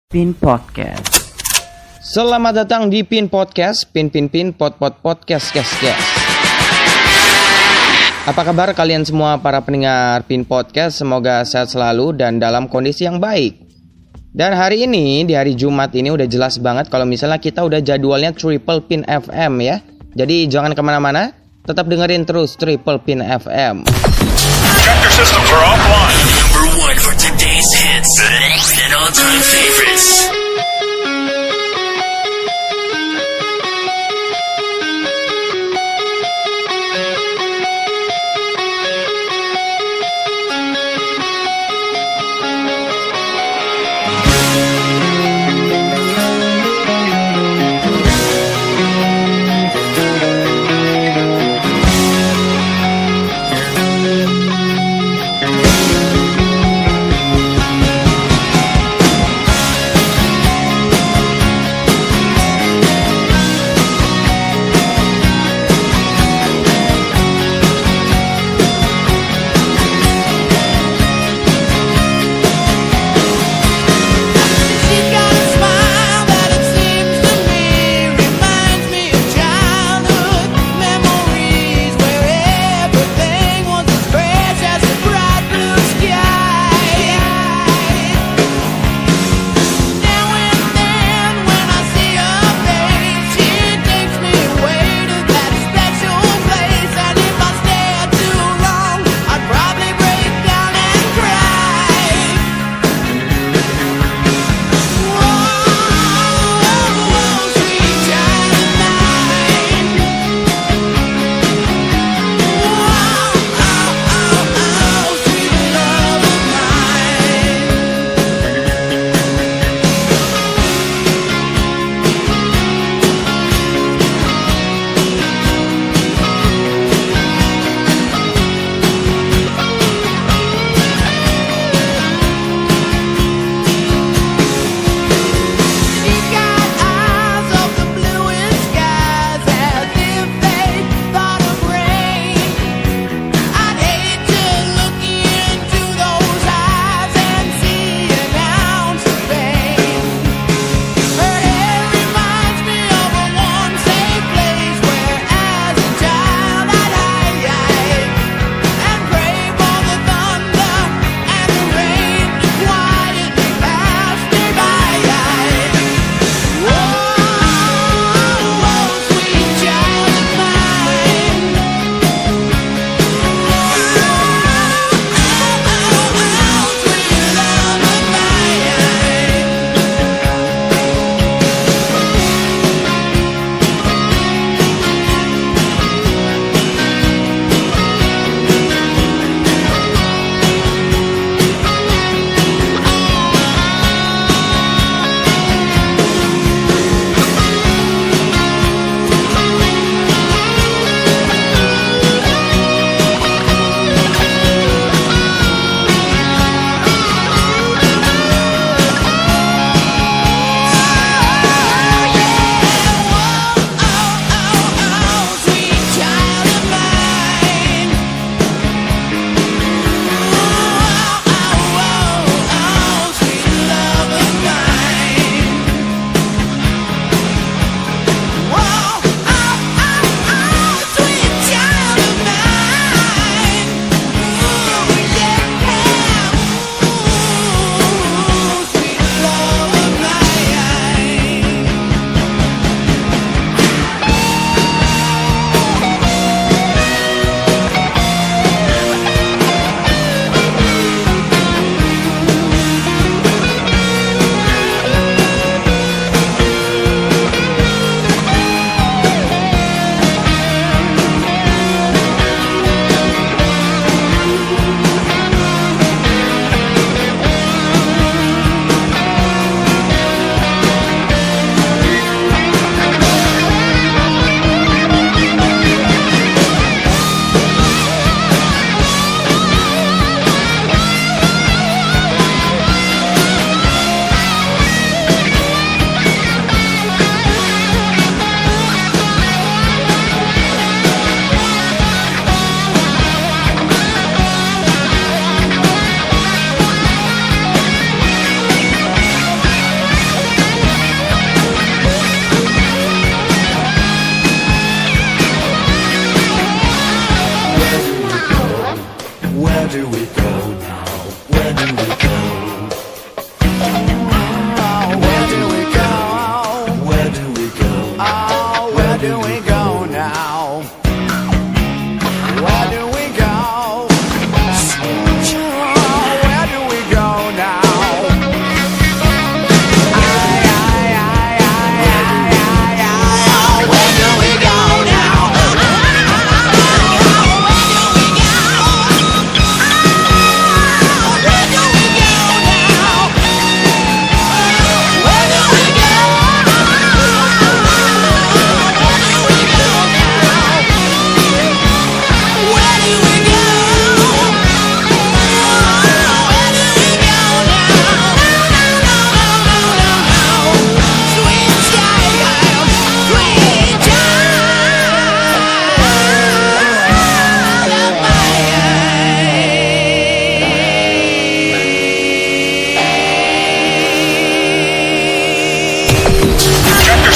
Pin Podcast. Selamat datang di Pin Podcast, Pin Podcast. Apa kabar kalian semua para pendengar Pin Podcast? Semoga sehat selalu dan dalam kondisi yang baik. Dan hari ini, di hari Jumat ini udah jelas banget kalau misalnya kita udah jadwalnya Triple Pin FM ya. Jadi jangan kemana-mana, tetap dengerin terus Triple Pin FM. Chapter systems are offline. Number one for today's hits and all-time favorites.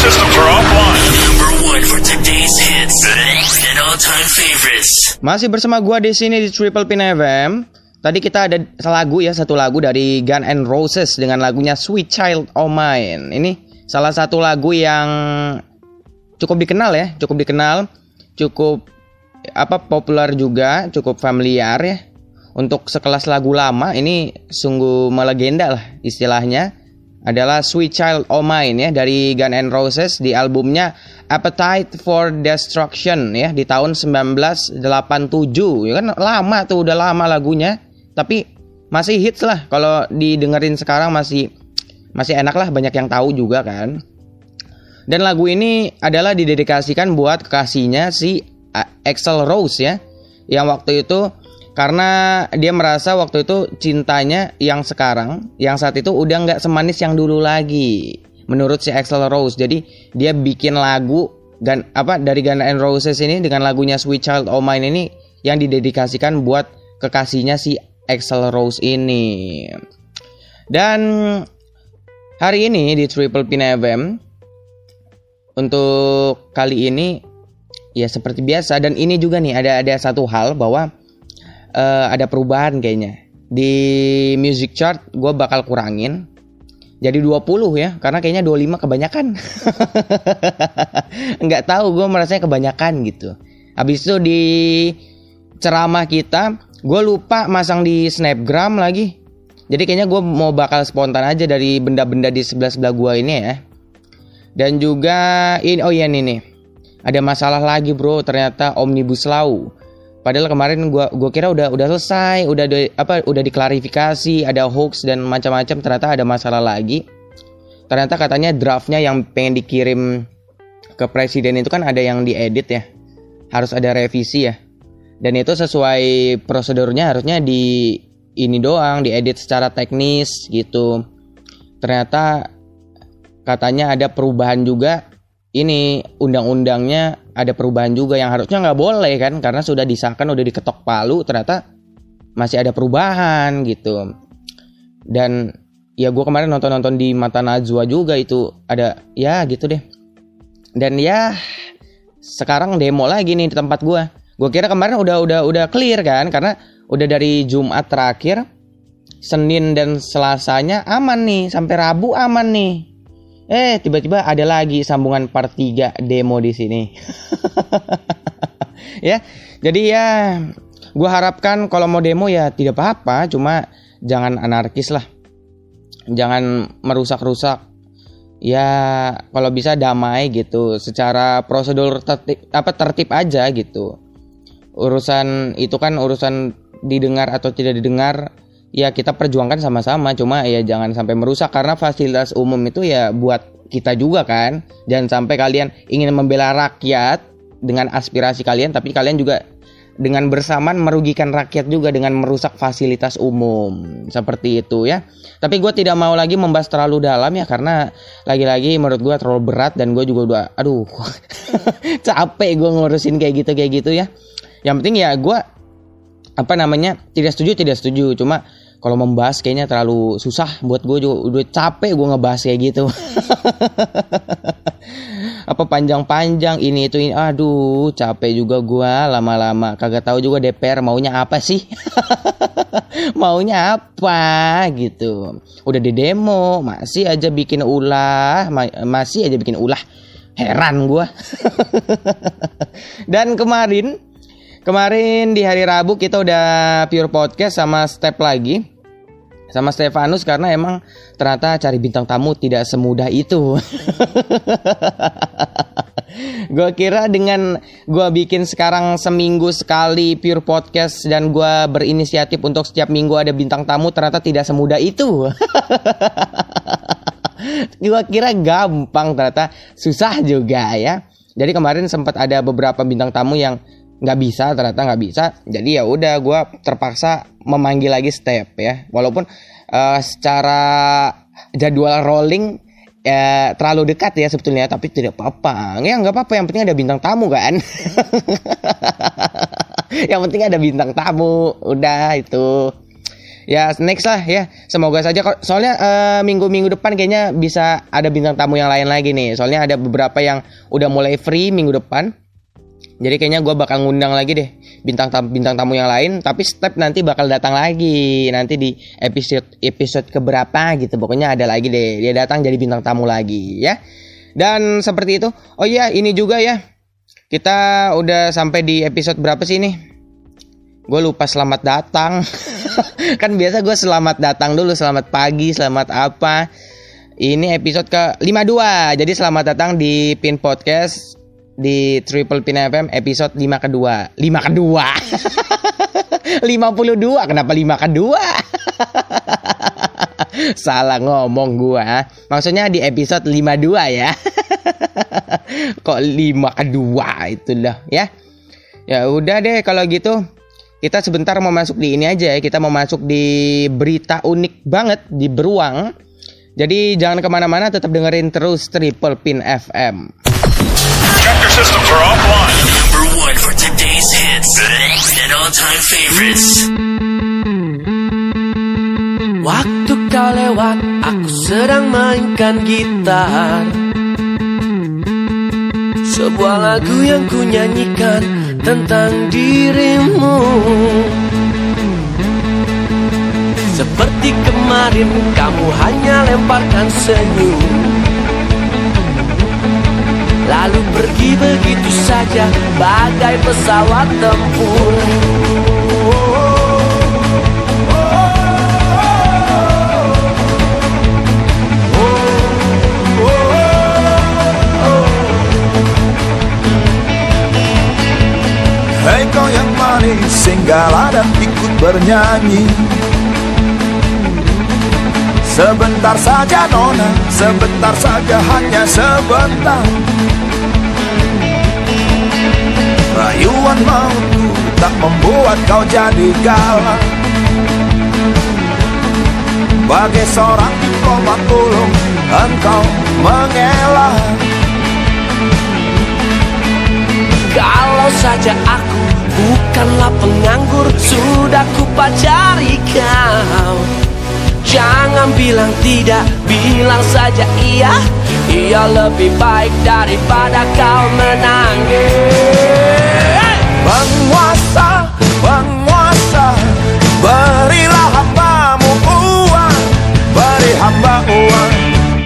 systems are offline. Number 1 for today's hits and all-time favorites. Masih bersama gua di sini di Triple Pin FM. Tadi kita ada satu lagu dari Guns N' Roses dengan lagunya Sweet Child O' Mine. Ini salah satu lagu yang cukup dikenal, cukup populer juga, cukup familiar ya. Untuk sekelas lagu lama ini sungguh melegenda lah istilahnya. Adalah Sweet Child O' Mine ya dari Guns N' Roses di albumnya Appetite for Destruction ya di tahun 1987. Ya kan udah lama lagunya, tapi masih hits lah kalau didengerin sekarang masih enak lah, banyak yang tahu juga kan. Dan lagu ini adalah didedikasikan buat kekasihnya si Axl Rose ya, yang waktu itu karena dia merasa waktu itu cintanya yang saat itu udah nggak semanis yang dulu lagi menurut si Axl Rose. Jadi dia bikin lagu dari Guns N' Roses ini dengan lagunya Sweet Child O' Mine ini yang didedikasikan buat kekasihnya si Axl Rose ini. Dan hari ini di Triple Pin FM untuk kali ini ya seperti biasa, dan ini juga nih ada satu hal bahwa ada perubahan kayaknya. Di music chart gue bakal kurangin jadi 20 ya, karena kayaknya 25 kebanyakan. Nggak tahu, gue merasanya kebanyakan gitu. Habis itu di ceramah kita gue lupa masang di Snapgram lagi. Jadi kayaknya gue mau bakal spontan aja dari benda-benda di sebelah gue ini ya. Dan juga ini nih. Ada masalah lagi bro, ternyata Omnibus Law. Padahal kemarin gua kira udah selesai, udah diklarifikasi, ada hoax dan macam-macam, ternyata ada masalah lagi. Ternyata katanya draftnya yang pengen dikirim ke presiden itu kan ada yang diedit ya. Harus ada revisi ya. Dan itu sesuai prosedurnya harusnya diedit secara teknis gitu. Ternyata katanya ada perubahan juga. Ini undang-undangnya ada perubahan juga yang harusnya nggak boleh kan, karena sudah disahkan, udah diketok palu, ternyata masih ada perubahan gitu. Dan ya gue kemarin nonton di Mata Najwa juga itu ada ya gitu deh. Dan ya sekarang demo lagi nih di tempat gue. Gue kira kemarin udah clear kan, karena udah dari Jumat terakhir, Senin dan Selasanya aman nih, sampai Rabu aman nih. Tiba-tiba ada lagi sambungan part 3 demo di sini. Ya, jadi ya gue harapkan kalau mau demo ya tidak apa-apa, cuma jangan anarkis lah. Jangan merusak-rusak. Ya, kalau bisa damai gitu, secara prosedur tertib aja gitu. Urusan itu kan urusan didengar atau tidak didengar, ya kita perjuangkan sama-sama, cuma ya jangan sampai merusak, karena fasilitas umum itu ya buat kita juga kan. Jangan sampai kalian ingin membela rakyat dengan aspirasi kalian, tapi kalian juga dengan bersamaan merugikan rakyat juga dengan merusak fasilitas umum. Seperti itu ya. Tapi gue tidak mau lagi membahas terlalu dalam ya, karena lagi-lagi menurut gue terlalu berat, dan gue juga udah capek gue ngurusin kayak gitu ya. Yang penting ya gue tidak setuju, cuma kalau membahas kayaknya terlalu susah buat gue, juga udah capek gue ngebahas kayak gitu. Panjang-panjang ini aduh capek juga gue lama-lama, kagak tahu juga DPR maunya apa sih. Maunya apa gitu. Udah di demo masih aja bikin ulah, heran gue. Dan kemarin di hari Rabu kita udah pure podcast sama Step lagi, sama Stefanus, karena emang ternyata cari bintang tamu tidak semudah itu. Gue kira dengan gue bikin sekarang seminggu sekali pure podcast dan gue berinisiatif untuk setiap minggu ada bintang tamu, ternyata tidak semudah itu. Gue kira gampang, ternyata susah juga ya. Jadi kemarin sempat ada beberapa bintang tamu yang nggak bisa. Jadi ya udah gue terpaksa memanggil lagi Step ya. Walaupun secara jadwal rolling terlalu dekat ya sebetulnya, tapi tidak apa-apa. Ya nggak apa-apa, yang penting ada bintang tamu kan. Yang penting ada bintang tamu, udah itu. Ya next lah ya. Semoga saja. Soalnya minggu-minggu depan kayaknya bisa ada bintang tamu yang lain lagi nih. Soalnya ada beberapa yang udah mulai free minggu depan. Jadi kayaknya gue bakal ngundang lagi deh bintang tamu yang lain. Tapi Step nanti bakal datang lagi. Nanti di episode keberapa gitu. Pokoknya ada lagi deh. Dia datang jadi bintang tamu lagi ya. Dan seperti itu. Oh iya, ini juga ya. Kita udah sampai di episode berapa sih ini? Gue lupa selamat datang. Kan biasa gue selamat datang dulu, selamat pagi, selamat apa. Ini episode ke-52. Jadi selamat datang di Pin Podcast di Triple Pin FM episode 5 kedua. 5 kedua. 52. Kenapa 5 kedua? Salah ngomong gua. Maksudnya di episode 52 ya. Kok 5 kedua itulah ya. Ya udah deh kalau gitu. Kita sebentar mau masuk di ini aja ya. Kita mau masuk di berita unik banget di Beruang. Jadi jangan kemana-mana, tetap dengerin terus Triple Pin FM. Tractor systems are offline. Number one for today's hits and all-time favorites. Waktu kau lewat, aku sedang mainkan gitar. Sebuah lagu yang ku nyanyikan tentang dirimu. Seperti kemarin, kamu hanya lemparkan senyum, lalu pergi begitu saja bagai pesawat tempur. Hei kau yang manis, singgahlah dan ikut bernyanyi. Sebentar saja nona, sebentar saja, hanya sebentar. Rayuan mautku tak membuat kau jadi galak. Bagai seorang diplomat ulung, engkau mengelak. Kalau saja aku bukanlah penganggur, sudah ku pacari kau. Jangan bilang tidak, bilang saja iya. Iya lebih baik daripada kau menangis. Penguasa, penguasa, berilah hambamu uang. Beri hamba uang,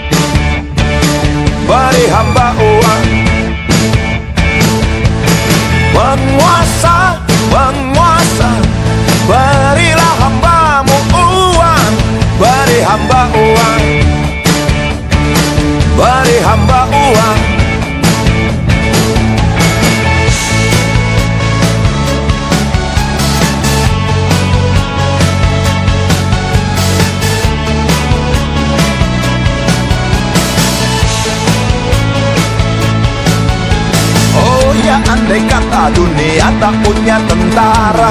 beri hamba uang. Penguasa, penguasa, berilah hambamu uang. Beri hamba uang, beri hamba uang. Oh ya, andai kata dunia tak punya tentara,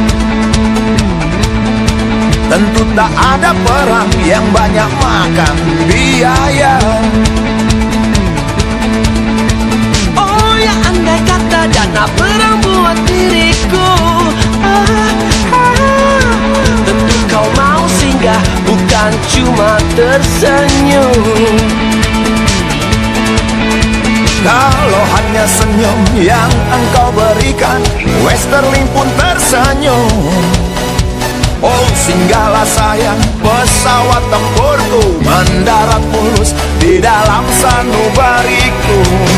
tentu tak ada perang yang banyak makan biaya. Oh ya, andai kata dana perang buat diriku, tentu kau mau singgah, bukan cuma tersenyum. Kalau hanya senyum yang engkau berikan, Westerling pun tersenyum. Oh singgahlah sayang, pesawat tempurku mendarat mulus di dalam sanubariku.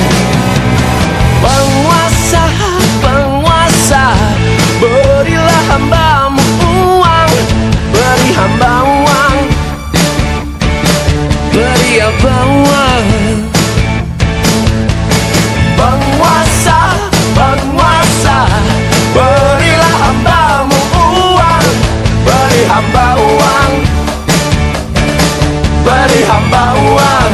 Penguasa, penguasa, berilah hambamu uang. Beri hamba uang, beri hamba uang. Penguasa, penguasa, berilah hambamu uang. Beri hamba uang, beri hamba uang.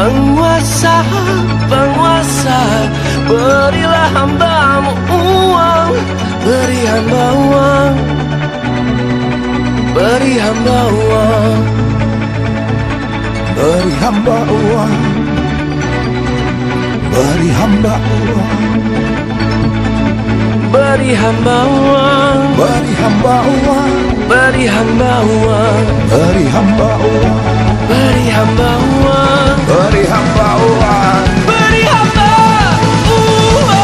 Penguasa, penguasa, berilah hambamu uang, beri hamba uang, beri hamba uang, Beri hamba uang, beri hamba uang, beri hamba uang, beri hamba uang, beri hamba uang, beri hamba uang, beri hamba uang, beri hamba uang. beri hamba uang.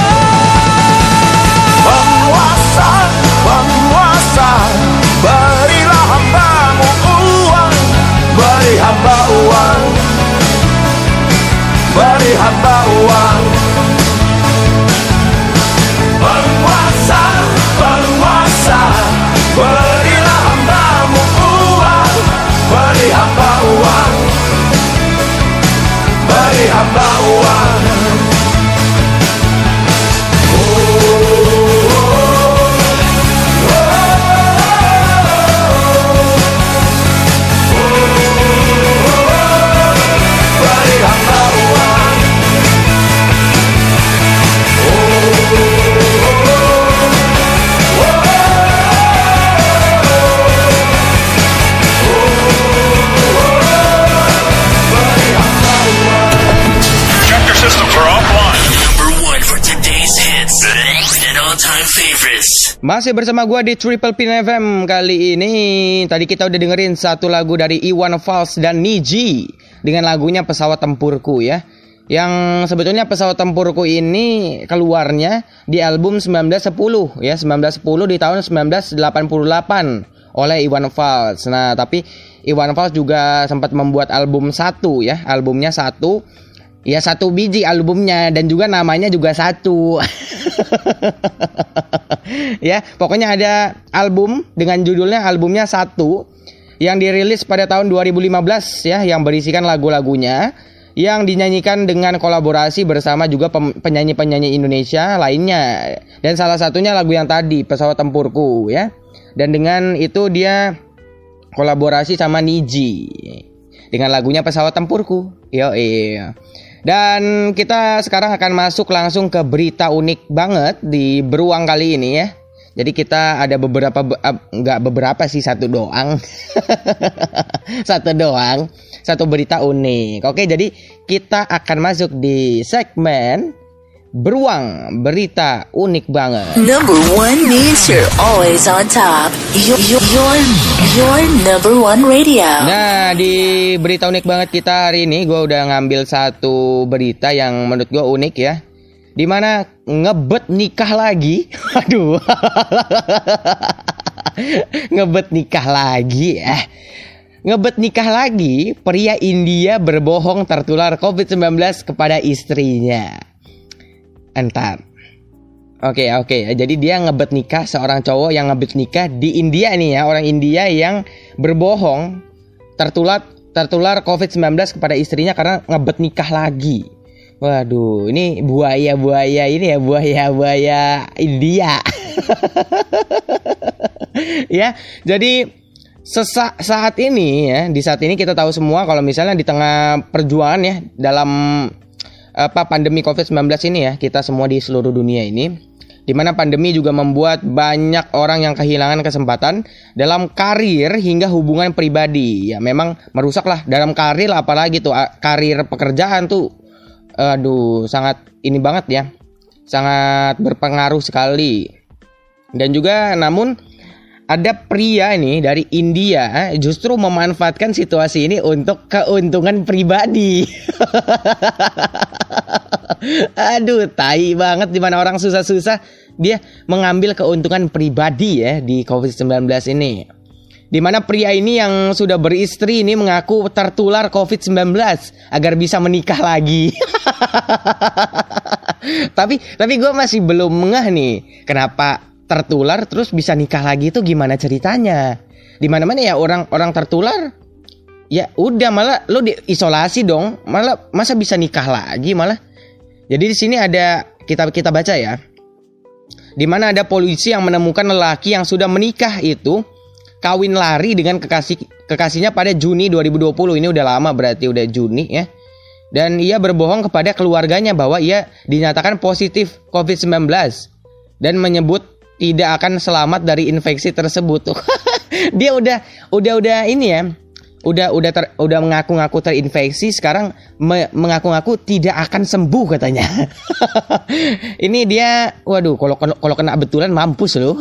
Penguasa, penguasa, berilah hambamu uang, beri hamba uang, beri hamba uang. Penguasa, penguasa, berilah hambamu uang, beri hamba uang, beri hamba uang. Beri hamba uang. Chapter systems are offline. Number one for today's hits and all-time favorites. Masih bersama gua di Triple Pin FM kali ini. Tadi kita udah dengerin satu lagu dari Iwan Fals dan Niji dengan lagunya Pesawat Tempurku ya. Yang sebetulnya Pesawat Tempurku ini keluarnya di album 1910 ya, 1910 di tahun 1988 oleh Iwan Fals. Nah, tapi Iwan Fals juga sempat membuat album satu ya, albumnya satu. Ya, satu biji albumnya dan juga namanya juga satu. Ya, pokoknya ada album dengan judulnya albumnya satu yang dirilis pada tahun 2015 ya, yang berisikan lagu-lagunya yang dinyanyikan dengan kolaborasi bersama juga penyanyi-penyanyi Indonesia lainnya. Dan salah satunya lagu yang tadi, Pesawat Tempurku ya. Dan dengan itu dia kolaborasi sama Niji dengan lagunya Pesawat Tempurku. Iya. Dan kita sekarang akan masuk langsung ke berita unik banget di Beruang kali ini ya. Jadi kita ada satu doang. Satu berita unik. Oke, jadi kita akan masuk di segmen Beruang, berita unik banget. Number one means you're always on top. Your number one radio. Nah, di berita unik banget kita hari ini, gue udah ngambil satu berita yang menurut gue unik ya. Dimana ngebet nikah lagi. Aduh. Ngebet nikah lagi ya. Ngebet nikah lagi, pria India berbohong tertular COVID-19 kepada istrinya. Entar. Oke. Jadi dia ngebet nikah, seorang cowok yang ngebet nikah di India nih ya, orang India yang berbohong tertular COVID-19 kepada istrinya karena ngebet nikah lagi. Waduh, ini buaya ini ya, buaya India. Ya, jadi saat ini ya, di saat ini kita tahu semua kalau misalnya di tengah perjuangan ya dalam pandemi COVID-19 ini ya, kita semua di seluruh dunia ini, di mana pandemi juga membuat banyak orang yang kehilangan kesempatan dalam karir hingga hubungan pribadi. Ya memang merusak lah dalam karir, apalagi tuh karir pekerjaan tuh. Aduh, sangat ini banget ya. Sangat berpengaruh sekali. Dan juga namun ada pria ini dari India justru memanfaatkan situasi ini untuk keuntungan pribadi. Aduh, tai banget, di mana orang susah-susah dia mengambil keuntungan pribadi ya di COVID-19 ini. Di mana pria ini yang sudah beristri ini mengaku tertular COVID-19 agar bisa menikah lagi. Tapi gue masih belum ngeh nih, kenapa tertular terus bisa nikah lagi itu gimana ceritanya? Di mana-mana ya orang tertular, ya udah malah lo diisolasi dong, malah masa bisa nikah lagi malah. Jadi di sini ada kita baca ya, di mana ada polisi yang menemukan lelaki yang sudah menikah itu kawin lari dengan kekasihnya pada Juni 2020. Ini udah lama, berarti udah Juni ya. Dan ia berbohong kepada keluarganya bahwa ia dinyatakan positif COVID-19 dan menyebut tidak akan selamat dari infeksi tersebut. Dia udah ini ya. Udah mengaku-ngaku terinfeksi, sekarang mengaku-ngaku tidak akan sembuh katanya. Ini dia, waduh, kalau kena betulan mampus loh.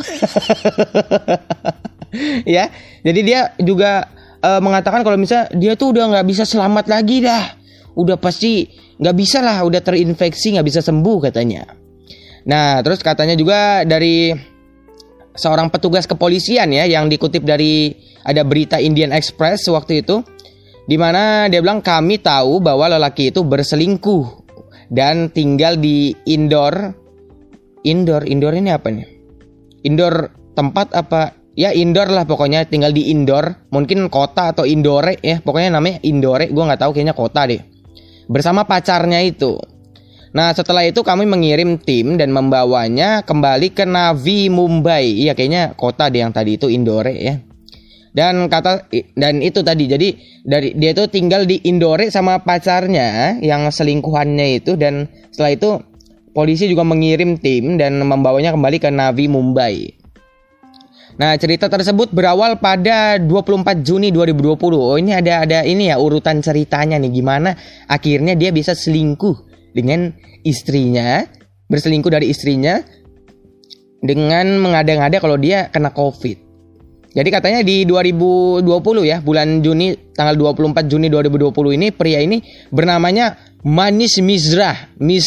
Ya, jadi dia juga mengatakan kalau misalnya dia tuh udah nggak bisa selamat lagi dah. Udah pasti nggak bisa lah, udah terinfeksi nggak bisa sembuh katanya. Nah, terus katanya juga dari seorang petugas kepolisian ya, yang dikutip dari ada berita Indian Express waktu itu, di mana dia bilang kami tahu bahwa lelaki itu berselingkuh dan tinggal di indoor ini apa nih? Indoor tempat apa? Ya indoor lah pokoknya, tinggal di indoor, mungkin kota atau Indore ya, pokoknya namanya Indore, gue nggak tahu, kayaknya kota deh. Bersama pacarnya itu. Nah setelah itu kami mengirim tim dan membawanya kembali ke Navi Mumbai. Iya kayaknya kota deh yang tadi itu Indore ya. Dan itu tadi, jadi dari dia itu tinggal di Indore sama pacarnya yang selingkuhannya itu, dan setelah itu polisi juga mengirim tim dan membawanya kembali ke Navi Mumbai. Nah, cerita tersebut berawal pada 24 Juni 2020. Oh, ini ada ini ya urutan ceritanya nih, gimana akhirnya dia bisa selingkuh dengan istrinya, berselingkuh dari istrinya dengan mengada-ngada kalau dia kena COVID. Jadi katanya di 2020 ya, bulan Juni, tanggal 24 Juni 2020 ini, pria ini bernamanya Manish Misra.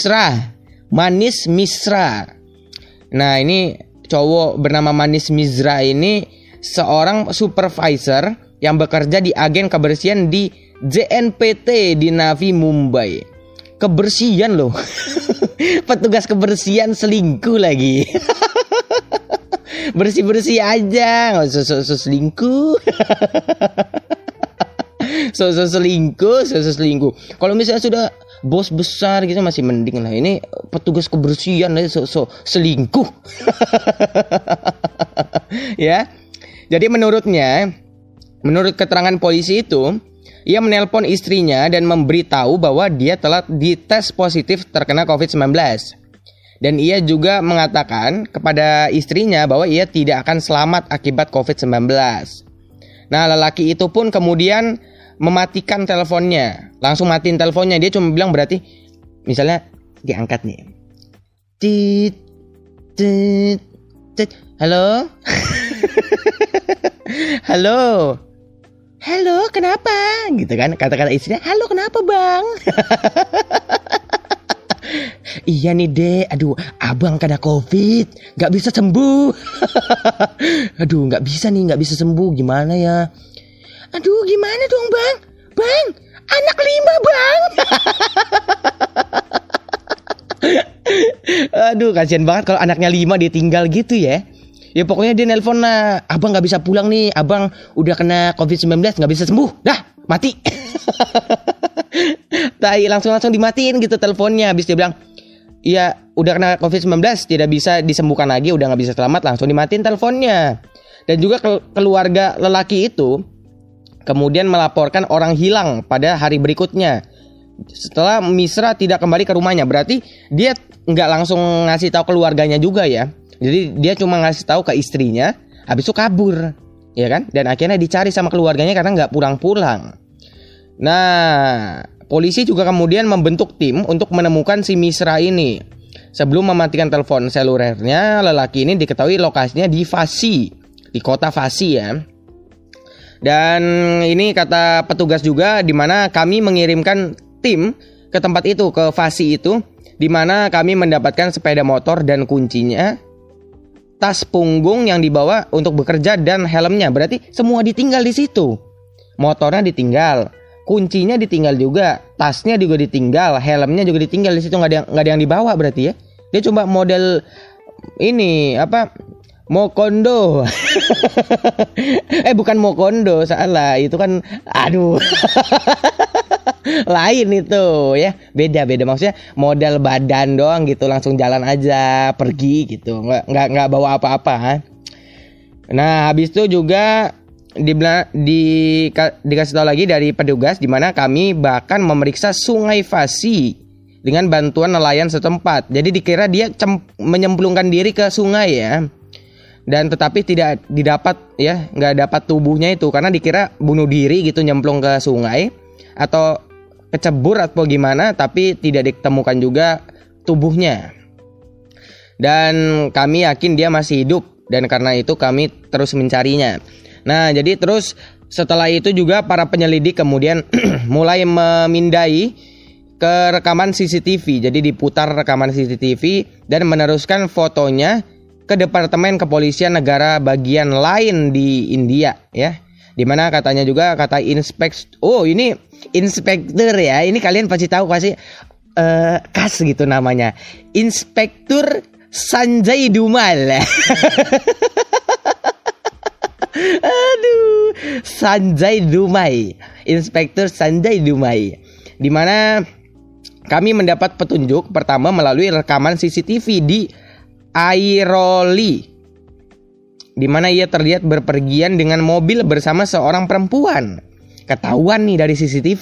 Nah, ini cowok bernama Manish Misra ini seorang supervisor yang bekerja di agen kebersihan di JNPT di Navi Mumbai. Kebersihan loh. Petugas kebersihan selingkuh lagi. Bersih-bersih aja, nggak usah selingkuh. selingkuh. Kalau misalnya sudah bos besar gitu masih mending lah. Ini petugas kebersihan aja selingkuh. Ya. Jadi menurut keterangan polisi itu, ia menelpon istrinya dan memberitahu bahwa dia telah dites positif terkena COVID-19. Dan ia juga mengatakan kepada istrinya bahwa ia tidak akan selamat akibat COVID-19. Nah, lelaki itu pun kemudian mematikan teleponnya. Langsung matiin teleponnya. Dia cuma bilang, berarti misalnya diangkat nih. Halo? Halo, kenapa? Gitu kan, kata-kata istrinya, halo kenapa bang? Iya nih dek, aduh abang kena COVID, gak bisa sembuh. Aduh gak bisa sembuh, gimana ya? Aduh gimana dong bang? Bang, anak 5 bang. Aduh kasihan banget kalau anaknya 5 ditinggal gitu ya. Ya pokoknya dia nelpon lah, abang gak bisa pulang nih, abang udah kena COVID-19 gak bisa sembuh, dah mati. Langsung dimatiin gitu teleponnya. Habis dia bilang, iya udah kena COVID-19 tidak bisa disembuhkan lagi, udah gak bisa selamat, langsung dimatiin teleponnya. Dan juga keluarga lelaki itu kemudian melaporkan orang hilang pada hari berikutnya setelah Misra tidak kembali ke rumahnya. Berarti dia gak langsung ngasih tahu keluarganya juga ya. Jadi dia cuma ngasih tahu ke istrinya, habis itu kabur, ya kan? Dan akhirnya dicari sama keluarganya karena nggak pulang-pulang. Nah, polisi juga kemudian membentuk tim untuk menemukan si Misra ini. Sebelum mematikan telepon selulernya, lelaki ini diketahui lokasinya di Fasi, di kota Fasi ya. Dan ini kata petugas juga, di mana kami mengirimkan tim ke tempat itu, ke Fasi itu, di mana kami mendapatkan sepeda motor dan kuncinya, tas punggung yang dibawa untuk bekerja dan helmnya. Berarti semua ditinggal di situ. Motornya ditinggal, kuncinya ditinggal juga, tasnya juga ditinggal, helmnya juga ditinggal di situ. Nggak ada yang dibawa berarti ya. Dia coba model ini apa? Mokondo. Bukan Mokondo, salah. Itu kan aduh. Lain itu ya, beda maksudnya modal badan doang gitu, langsung jalan aja pergi gitu, nggak bawa apa-apa. Nah habis itu juga dikasih tahu lagi dari petugas di mana kami bahkan memeriksa Sungai Fasi dengan bantuan nelayan setempat. Jadi dikira dia menyemplungkan diri ke sungai ya. Dan tetapi tidak didapat ya, nggak dapat tubuhnya itu karena dikira bunuh diri gitu nyemplung ke sungai atau kecebur atau gimana, tapi tidak ditemukan juga tubuhnya. Dan kami yakin dia masih hidup dan karena itu kami terus mencarinya. Nah, jadi terus setelah itu juga para penyelidik kemudian mulai memindai ke rekaman CCTV. Jadi diputar rekaman CCTV dan meneruskan fotonya ke Departemen Kepolisian Negara bagian lain di India ya. Dimana katanya juga kata ini inspektur ya. Ini kalian pasti tahu pasti khas gitu namanya. Inspektur Sanjay Dumal. Aduh, Sanjay Dumai. Inspektur Sanjay Dumai. Dimana kami mendapat petunjuk pertama melalui rekaman CCTV di Airoli, di mana ia terlihat berpergian dengan mobil bersama seorang perempuan. Ketahuan nih dari CCTV.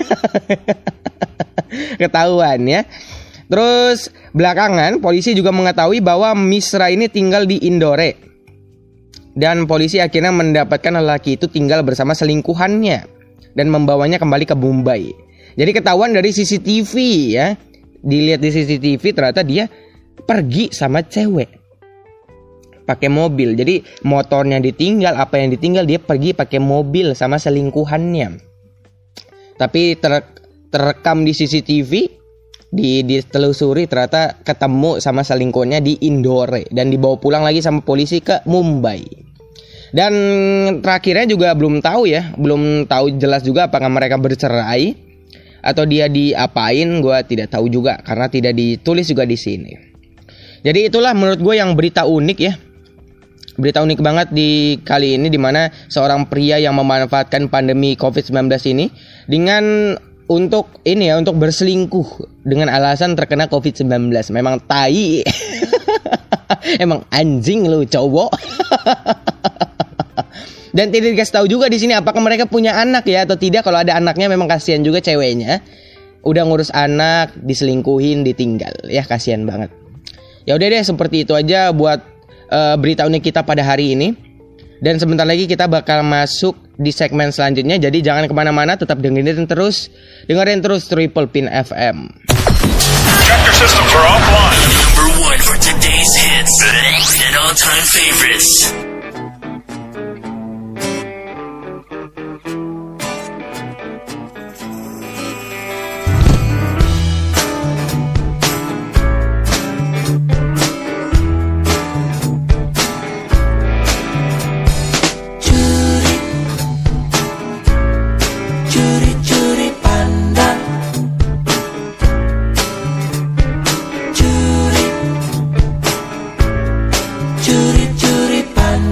Ketahuan ya. Terus belakangan polisi juga mengetahui bahwa Misra ini tinggal di Indore. Dan polisi akhirnya mendapatkan lelaki itu tinggal bersama selingkuhannya dan membawanya kembali ke Mumbai. Jadi ketahuan dari CCTV ya. Dilihat di CCTV ternyata dia pergi sama cewek pakai mobil. Jadi motornya ditinggal, apa yang ditinggal, dia pergi pakai mobil sama selingkuhannya. Tapi terekam di CCTV, ditelusuri ternyata ketemu sama selingkuhannya di Indore dan dibawa pulang lagi sama polisi ke Mumbai. Dan terakhirnya juga belum tahu jelas juga apakah mereka bercerai atau dia diapain, gue tidak tahu juga karena tidak ditulis juga di sini. Jadi itulah menurut gue yang berita unik ya. Berita unik banget di kali ini, dimana seorang pria yang memanfaatkan pandemi COVID-19 ini dengan untuk berselingkuh dengan alasan terkena COVID-19. Memang tai. Emang anjing lu cowok. Dan tidak dikasih tahu juga di sini apakah mereka punya anak ya atau tidak. Kalau ada anaknya memang kasihan juga ceweknya. Udah ngurus anak, diselingkuhin, ditinggal. Ya kasihan banget. Ya udah deh, seperti itu aja buat berita unik kita pada hari ini. Dan sebentar lagi kita bakal masuk di segmen selanjutnya. Jadi jangan kemana-mana, tetap dengerin terus Triple Pin FM. Tractor systems are offline. Number one for today's hits and all-time favorites. Curi-curi pandang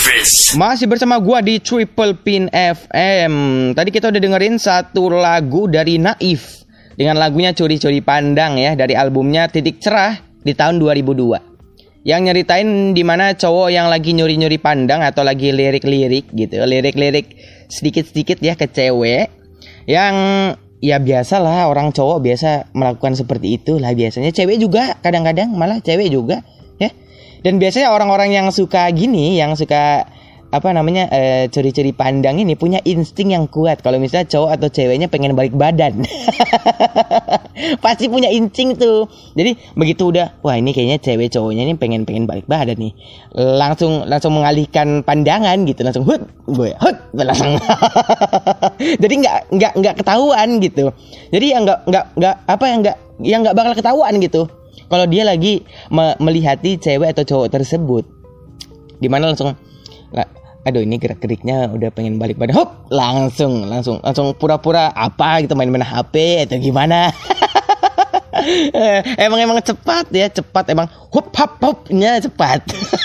favorites. Masih bersama gua di Triple Pin FM. Tadi kita udah dengerin satu lagu dari Naif dengan lagunya Curi-Curi Pandang ya, dari albumnya Titik Cerah di tahun 2002. Yang nyeritain dimana cowok yang lagi nyuri-nyuri pandang atau lagi lirik-lirik gitu, lirik-lirik sedikit-sedikit ya ke cewek. Yang ya biasalah, orang cowok biasa melakukan seperti itu lah biasanya. Cewek juga kadang-kadang, malah cewek juga ya. Dan biasanya orang-orang yang suka gini, yang suka curi-curi pandang ini punya insting yang kuat. Kalau misalnya cowok atau ceweknya pengen balik badan, pasti punya insting tuh. Jadi begitu udah, wah ini kayaknya cewek cowoknya ini pengen balik badan nih, langsung mengalihkan pandangan gitu, langsung langsung. Jadi nggak ketahuan gitu. Jadi nggak bakal ketahuan gitu. Kalau dia lagi melihati cewek atau cowok tersebut, dimana langsung, aduh ini gerak-geriknya udah pengen balik badan, langsung pura-pura apa gitu, main HP atau gimana. emang cepat emang hopnya cepat.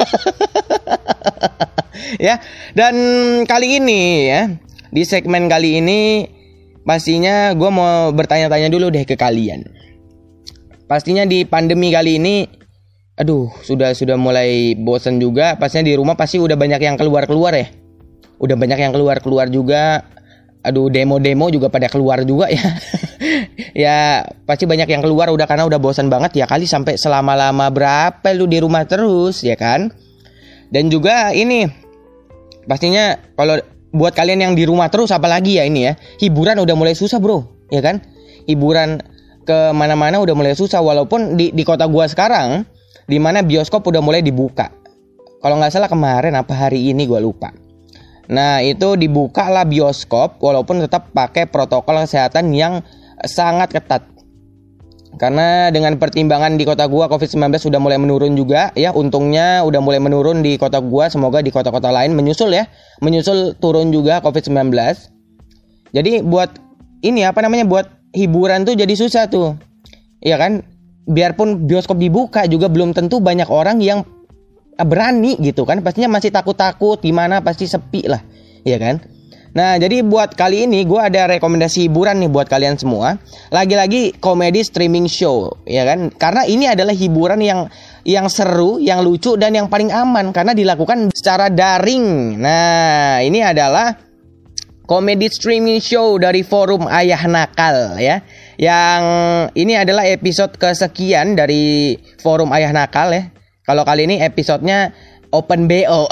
Ya, dan kali ini ya, di segmen kali ini pastinya gue mau bertanya-tanya dulu deh ke kalian. Pastinya di pandemi kali ini, aduh sudah mulai bosan juga. Pastinya di rumah pasti udah banyak yang keluar ya. Udah banyak yang keluar juga. Aduh, demo juga pada keluar juga ya. Ya pasti banyak yang keluar udah, karena udah bosan banget ya kali, sampai selama-lama berapa lu di rumah terus ya kan. Dan juga ini pastinya kalau buat kalian yang di rumah terus, apalagi ya ini ya, hiburan udah mulai susah bro, ya kan. Hiburan ke mana-mana udah mulai susah, walaupun di kota gua sekarang, di mana bioskop udah mulai dibuka. Kalau nggak salah kemarin apa hari ini gua lupa. Nah itu dibuka lah bioskop, walaupun tetap pakai protokol kesehatan yang sangat ketat. Karena dengan pertimbangan di kota gua COVID-19 sudah mulai menurun juga ya, untungnya udah mulai menurun di kota gua. Semoga di kota-kota lain menyusul turun juga COVID-19. Jadi buat hiburan tuh jadi susah tuh, ya kan? Biarpun bioskop dibuka juga belum tentu banyak orang yang berani gitu kan. Pastinya masih takut-takut gimana, pasti sepi lah, ya kan? Nah jadi buat kali ini gue ada rekomendasi hiburan nih buat kalian semua. Lagi-lagi komedi streaming show, ya kan? Karena ini adalah hiburan yang seru, yang lucu, dan yang paling aman karena dilakukan secara daring. Nah ini adalah komedi streaming show dari Forum Ayah Nakal ya. Yang ini adalah episode kesekian dari Forum Ayah Nakal ya. Kalau kali ini episodenya Open BO.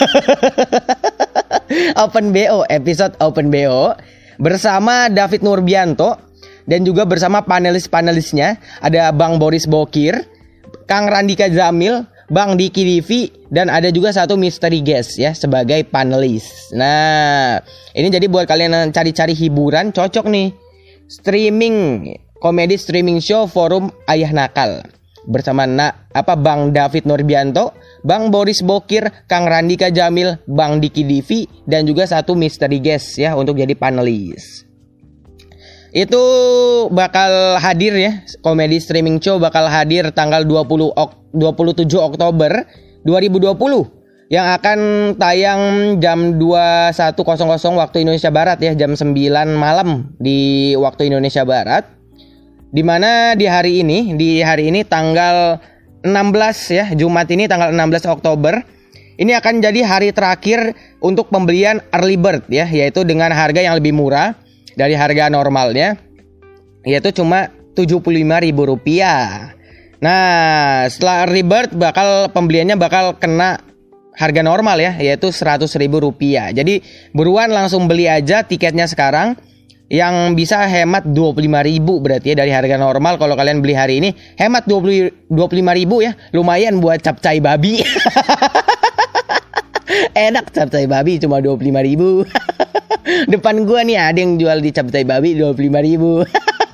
Episode Open BO bersama David Nurbianto dan juga bersama panelis-panelisnya ada Bang Boris Bokir, Kang Randika Jamil, Bang Diki Divi, dan ada juga satu mystery guest ya sebagai panelis. Nah, ini jadi buat kalian yang cari-cari hiburan cocok nih. Komedi streaming show Forum Ayah Nakal bersama Bang David Nurbianto, Bang Boris Bokir, Kang Randika Jamil, Bang Diki Divi, dan juga satu mystery guest ya untuk jadi panelis. Itu bakal hadir ya, komedi streaming show bakal hadir tanggal 27 Oktober 2020 yang akan tayang jam 21.00 waktu Indonesia Barat ya, jam 9 malam di waktu Indonesia Barat. Dimana di hari ini tanggal 16 ya, Jumat ini tanggal 16 Oktober ini akan jadi hari terakhir untuk pembelian early bird ya, yaitu dengan harga yang lebih murah dari harga normalnya, yaitu cuma Rp75.000. Nah, setelah early bird pembeliannya bakal kena harga normal ya, yaitu Rp100.000. Jadi buruan langsung beli aja tiketnya sekarang, yang bisa hemat Rp25.000 berarti ya dari harga normal. Kalau kalian beli hari ini hemat Rp25.000 ya, lumayan buat capcay babi. Enak capcay babi cuma Rp25.000. Depan gua nih ada yang jual di capcay babi Rp25.000.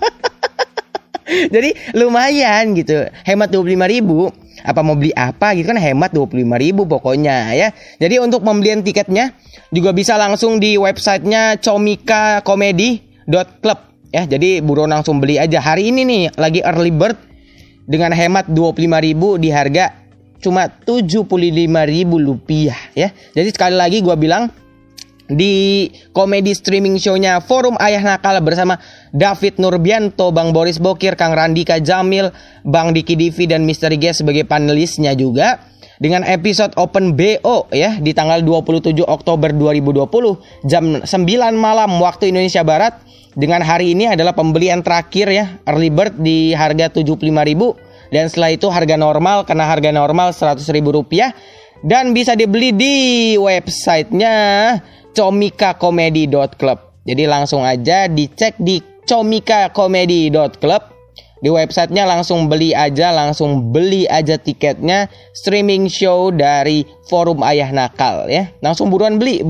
Jadi lumayan gitu, hemat Rp25.000. Apa mau beli apa gitu kan, hemat Rp25.000 pokoknya ya. Jadi untuk pembelian tiketnya juga bisa langsung di websitenya comikakomedi.club ya. Jadi buruan langsung beli aja hari ini nih, lagi early bird dengan hemat Rp25.000 di harga cuma Rp75.000 ya. Jadi sekali lagi gue bilang, di komedi streaming show-nya Forum Ayah Nakal bersama David Nurbianto, Bang Boris Bokir, Kang Randika Jamil, Bang Diki Divi dan Misteri Guest sebagai panelisnya juga, dengan episode Open BO ya di tanggal 27 Oktober 2020 jam 9 malam waktu Indonesia Barat. Dengan hari ini adalah pembelian terakhir ya, early bird di harga Rp75.000 dan setelah itu harga normal, karena harga normal Rp100.000 dan bisa dibeli di websitenya comikakomedi.club. Jadi langsung aja dicek di comikakomedi.club. Di websitenya langsung beli aja tiketnya streaming show dari Forum Ayah Nakal ya. Langsung buruan beli.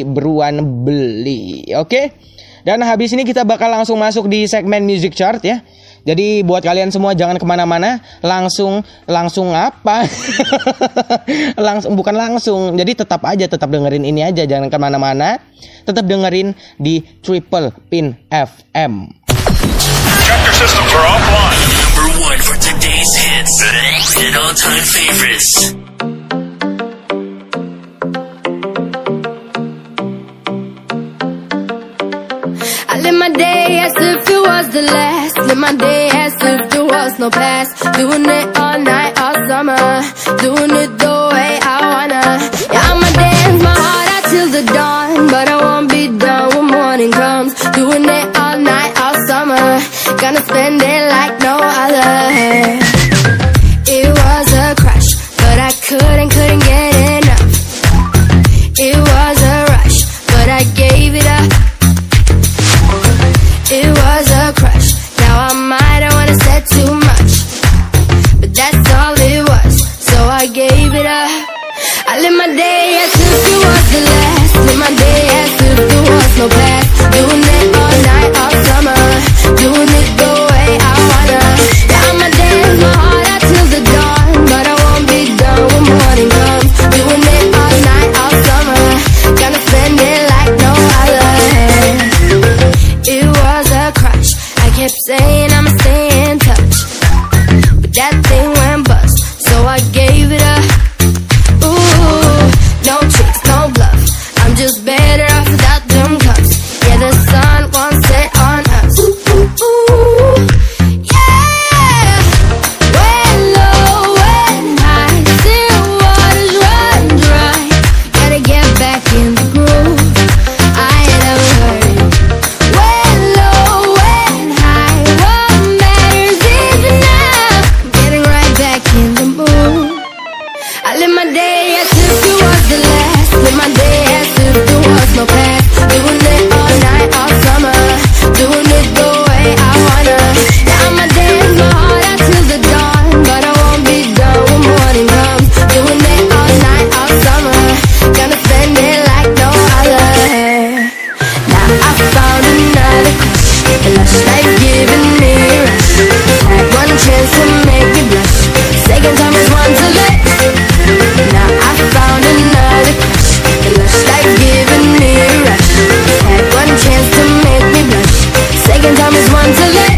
Oke? Dan habis ini kita bakal langsung masuk di segmen Music Chart ya. Jadi buat kalian semua jangan kemana-mana, langsung apa? Jadi tetap dengerin ini aja, jangan kemana-mana, tetap dengerin di Triple Pin FM. Check your systems are offline. Number one for today's hits and all-time favorites. I live my day as if it was the last. Live my day as if there was no past. Doing it all night, all summer. Doing it the way I wanna. Yeah, I'ma dance my heart out till the dawn, but I won't be done when morning comes. Doing it all night, all summer. Gonna spend it like no other. It was a crush, but I couldn't get enough. It was a rush, but I gave it up. It was a crush. Now I might have wanna said too much, but that's all it was, so I gave it up. I live my day as if it was the last. Live my day as if there was no past. Doing it all night, all summer. Doing it the way I wanna. Yeah, I'ma dance my heart out till the dawn, but I won't be done when morning comes. Doing it all night, all summer. Gonna spend it like no other. It was a crush. I kept saying I'ma stay in touch, but that thing went bust, so I gave it up. Ooh, no tricks, no bluff. I'm just better off without them cuffs. Yeah, the sun won't set on us. Ooh, yeah. When low, when high, still waters run dry. Gotta get back in the groove. I ain't ever heard it. When low, when high, what matters is enough. Getting right back in the mood. I live my day as if it was the last. Live my day as if there was no past. Doing it all night, all summer. Doing it the way I wanna. Yeah, I'ma dance my heart out till the dawn, but I won't be done when morning comes. Doing it all night, all summer. Gonna spend it like no other. Now I found another crush. A lush life giving me a rush. Had one chance to make me blush. Second time is one to let. Now I found another crush. A lush life giving me a rush. Had one chance to make me blush. Second time is one to let.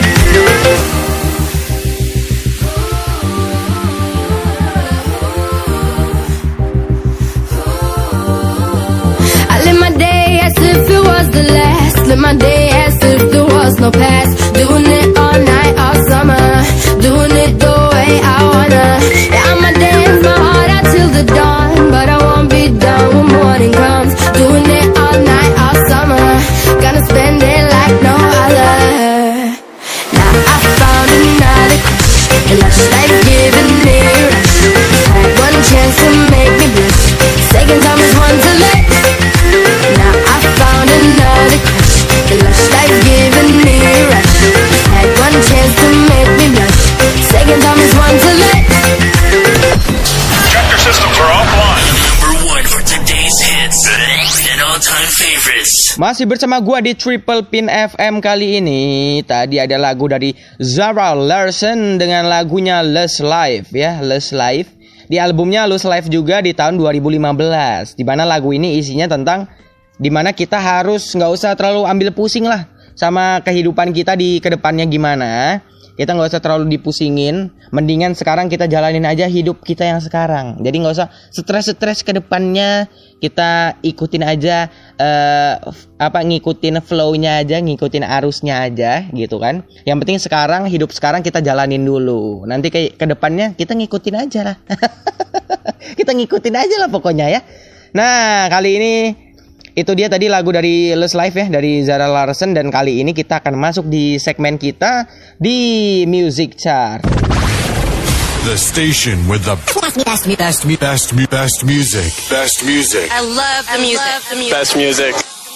I live my day as if it was the last. Live my day as if there was no past. Doing it all night, all summer. Doing it the way I wanna. Yeah, I'ma dance my heart out till the dawn, but I won't be done when morning comes. Doing it all night, all summer. Gonna spend it like no other. Now I found another crush. A lush life giving me a rush. Had one chance to make me blush. Second time is one to let. Now I found another crush. A lush life giving me a rush. Had one chance to make me blush. Second time is one to let. Check your systems are offline. Number one for today's hits and all-time favorites. Masih bersama gua di Triple Pin FM kali ini. Tadi ada lagu dari Zara Larsson dengan lagunya Lust Life ya, Lust Life. Di albumnya Lust Life juga di tahun 2015. Di mana lagu ini isinya tentang dimana kita harus nggak usah terlalu ambil pusing lah sama kehidupan kita di kedepannya gimana. Kita nggak usah terlalu dipusingin. Mendingan sekarang kita jalanin aja hidup kita yang sekarang. Jadi nggak usah stres ke depannya. Kita ikutin aja ngikutin flow-nya aja, ngikutin arusnya aja gitu kan. Yang penting sekarang hidup sekarang kita jalanin dulu. Nanti kayak ke depannya kita ngikutin aja lah. Kita ngikutin aja lah pokoknya ya. Nah, kali ini itu dia tadi lagu dari Lust Life ya, dari Zara Larsson. Dan kali ini kita akan masuk di segmen kita di Music Chart. The station with the best music. Best music. I love the music. Best music.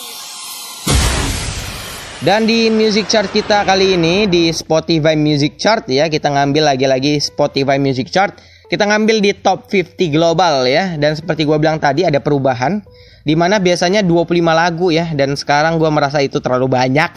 Dan di Music Chart kita kali ini di Spotify Music Chart ya, kita ngambil lagi-lagi Spotify Music Chart. Kita ngambil di top 50 global ya. Dan seperti gue bilang tadi ada perubahan, dimana biasanya 25 lagu ya, dan sekarang gue merasa itu terlalu banyak.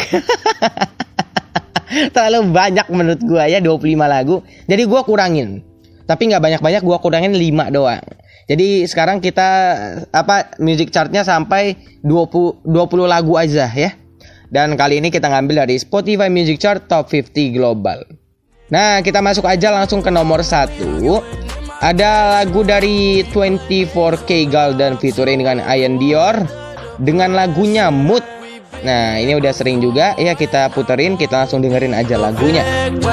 Terlalu banyak menurut gue ya, 25 lagu. Jadi gue kurangin. Tapi gak banyak-banyak, gue kurangin 5 doang. Jadi sekarang kita music chartnya sampai 20 lagu aja ya. Dan kali ini kita ngambil dari Spotify Music Chart Top 50 Global. Nah, kita masuk aja langsung ke nomor 1. Ada lagu dari 24K Golden featuring dengan Ian Dior dengan lagunya Mood. Nah, ini udah sering juga ya kita puterin, kita langsung dengerin aja lagunya.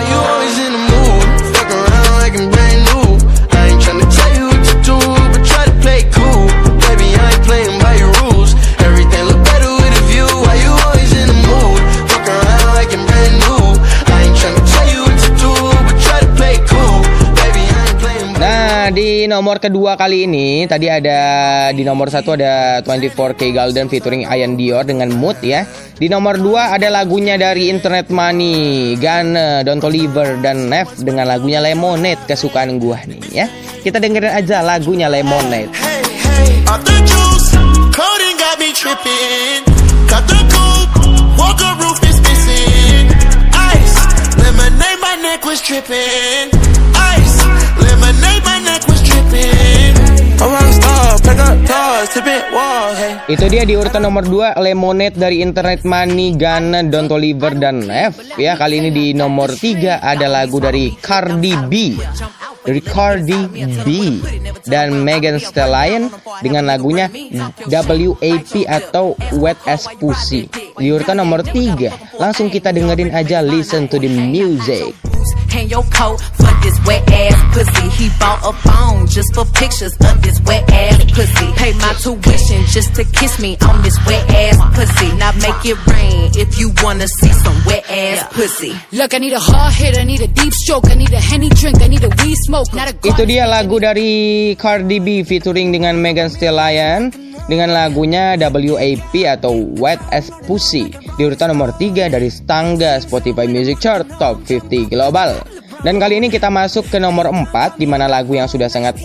Di nomor kedua kali ini tadi ada di nomor 1 ada 24K Golden featuring Ian Dior dengan Mood ya. Di nomor 2 ada lagunya dari Internet Money, Ghana, Don Toliver dan Neff dengan lagunya Lemonade, kesukaan gua nih ya. Kita dengerin aja lagunya Lemonade. Itu dia di urutan nomor 2 Lemonade dari Internet Money, Ghana, Don Toliver dan Neff ya. Kali ini di nomor 3 ada lagu dari Cardi B dan Megan Thee Stallion dengan lagunya WAP atau Wet As Pussy. Di urutan nomor 3 langsung kita dengerin aja Listen to the Music. And your coat for this wet ass pussy. He bought a phone just for pictures of this wet ass pussy. Pay my tuition just to kiss me on this wet ass pussy. Now make it rain if you wanna see some wet ass pussy. Look, I need a hard hit, I need a deep stroke, I need a Henny drink, I need a weed smoke. Itu dia lagu dari Cardi B featuring dengan Megan Thee Stallion dengan lagunya WAP atau Wet As Pussy di urutan nomor 3 dari Stangga Spotify Music Chart Top 50 Global. Dan kali ini kita masuk ke nomor 4 di mana lagu yang sudah sangat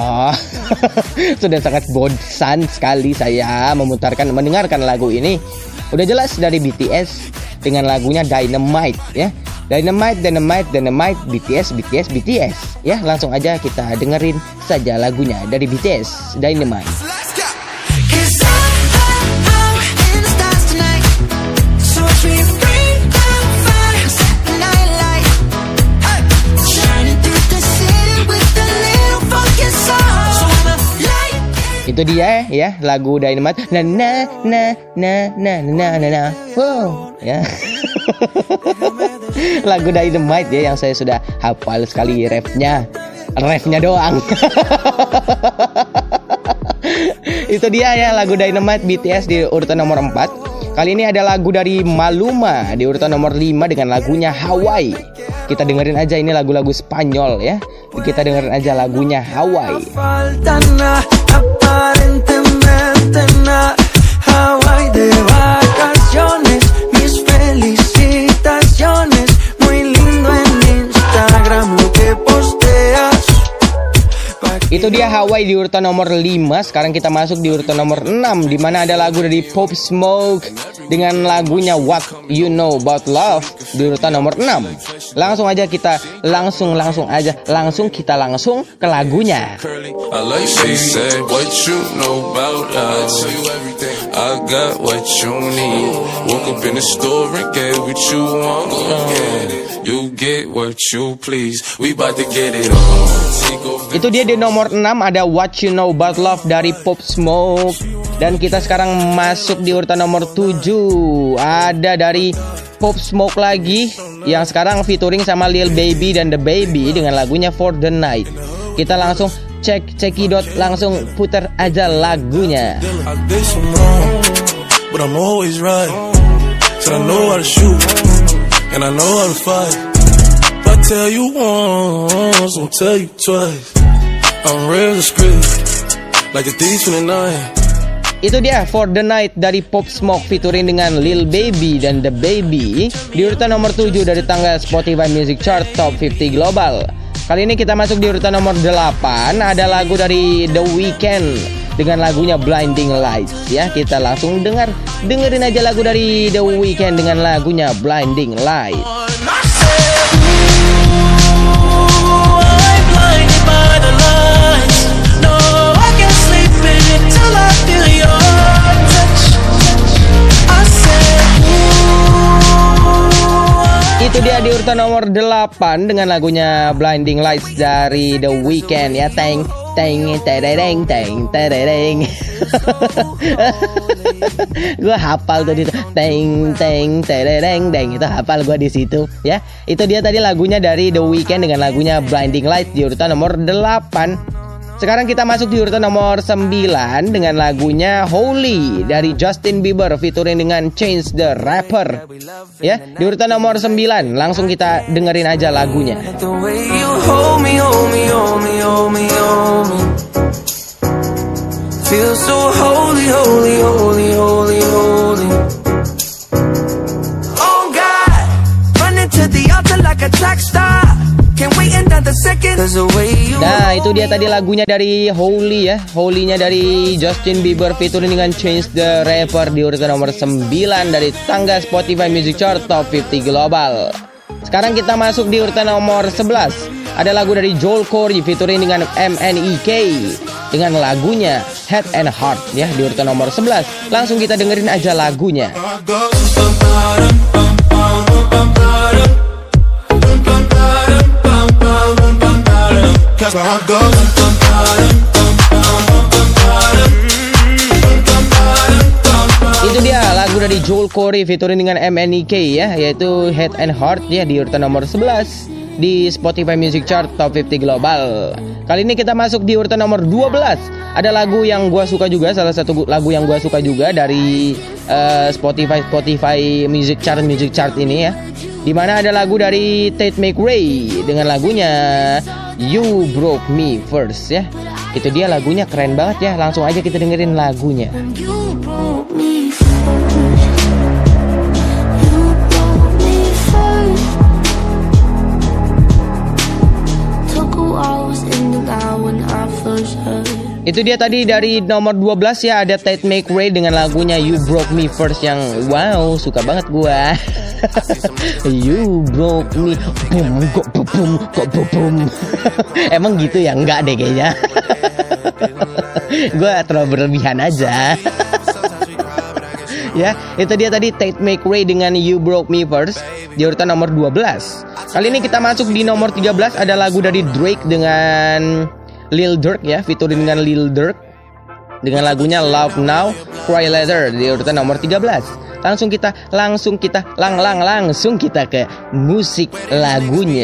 sudah sangat bosan sekali saya mendengarkan lagu ini. Udah jelas dari BTS dengan lagunya Dynamite ya. Dynamite BTS ya. Langsung aja kita dengerin saja lagunya dari BTS Dynamite. Itu dia ya lagu Dynamite. Wow ya. Lagu Dynamite ya yang saya sudah hafal sekali refnya doang. Itu dia ya lagu Dynamite BTS di urutan nomor 4. Kali ini ada lagu dari Maluma di urutan nomor 5 dengan lagunya Hawaii. Kita dengerin aja, ini lagu-lagu Spanyol ya. Kita dengerin aja lagunya Hawaii. Hawaii de vacaciones, mis felicitaciones, muy lindo en Instagram lo que posteas. Itu dia Hawaii di urutan nomor 5. Sekarang kita masuk di urutan nomor 6 di mana ada lagu dari Pop Smoke dengan lagunya What You Know About Love di urutan nomor 6. Langsung aja kita langsung ke lagunya. I like she said what you know about us. I I got what you need. Woke up in the store and get what you want. You get what you please. We bout to get it on. Itu dia di nomor 6 ada What You Know About Love dari Pop Smoke. Dan kita sekarang masuk di urutan nomor 7. Ada dari Pop Smoke lagi yang sekarang featuring sama Lil Baby dan The Baby dengan lagunya For The Night. Kita langsung cekidot, langsung putar aja lagunya. But I'm always right. So I know how to shoot and I know how to fight. If I tell you once, I'll tell you twice. I'm real discreet, like the thief in the night. Itu dia For The Night dari Pop Smoke featuring dengan Lil Baby dan The Baby di urutan nomor 7 dari tangga Spotify Music Chart Top 50 Global. Kali ini kita masuk di urutan nomor 8. Ada lagu dari The Weeknd dengan lagunya Blinding Lights ya. Kita langsung dengerin aja lagu dari The Weeknd dengan lagunya Blinding Lights. Itu dia di urutan nomor 8 dengan lagunya Blinding Lights dari The Weeknd ya. Teng teng tereng teng tereng. Gue hafal tadi tuh. Teng teng tereng teng, itu hafal gue di situ ya. Itu dia tadi lagunya dari The Weeknd dengan lagunya Blinding Lights di urutan nomor 8. Sekarang kita masuk di urutan nomor 9 dengan lagunya Holy dari Justin Bieber featuring dengan Chance the Rapper. Ya, di urutan nomor 9 langsung kita dengerin aja lagunya. Feel so holy, holy, holy, holy, holy. Oh God, running to the altar like a track star. Nah, itu dia tadi lagunya dari Holy ya. Holy-nya dari Justin Bieber featuring dengan Chance the Rapper di urutan nomor 9 dari tangga Spotify Music Chart Top 50 Global. Sekarang kita masuk di urutan nomor 11. Ada lagu dari Joel Corey featuring dengan MNEK dengan lagunya Head and Heart ya di urutan nomor 11. Langsung kita dengerin aja lagunya. Itu dia lagu dari Joel Corey featuring dengan MNEK ya, yaitu Head and Heart ya di urutan nomor 11 di Spotify Music Chart Top 50 Global. Kali ini kita masuk di urutan nomor 12. Ada lagu yang gua suka juga, salah satu lagu yang gua suka juga dari Spotify Music Chart ini ya. Di mana ada lagu dari Tate McRae dengan lagunya You Broke Me First ya. Itu dia lagunya, keren banget ya. Langsung aja kita dengerin lagunya. Itu dia tadi dari nomor 12 ya, ada Tate McRae dengan lagunya You Broke Me First yang wow, suka banget gua. You broke me, boom. Emang gitu ya? Enggak deh kayaknya. Gua terlalu berlebihan aja. Ya, itu dia tadi Tate McRae dengan You Broke Me First di urutan nomor 12. Kali ini kita masuk di nomor 13, ada lagu dari Drake dengan Lil Durk ya, featuring dengan Lil Durk dengan lagunya Love Now, Cry Later di urutan nomor 13. Langsung kita ke musik lagunya.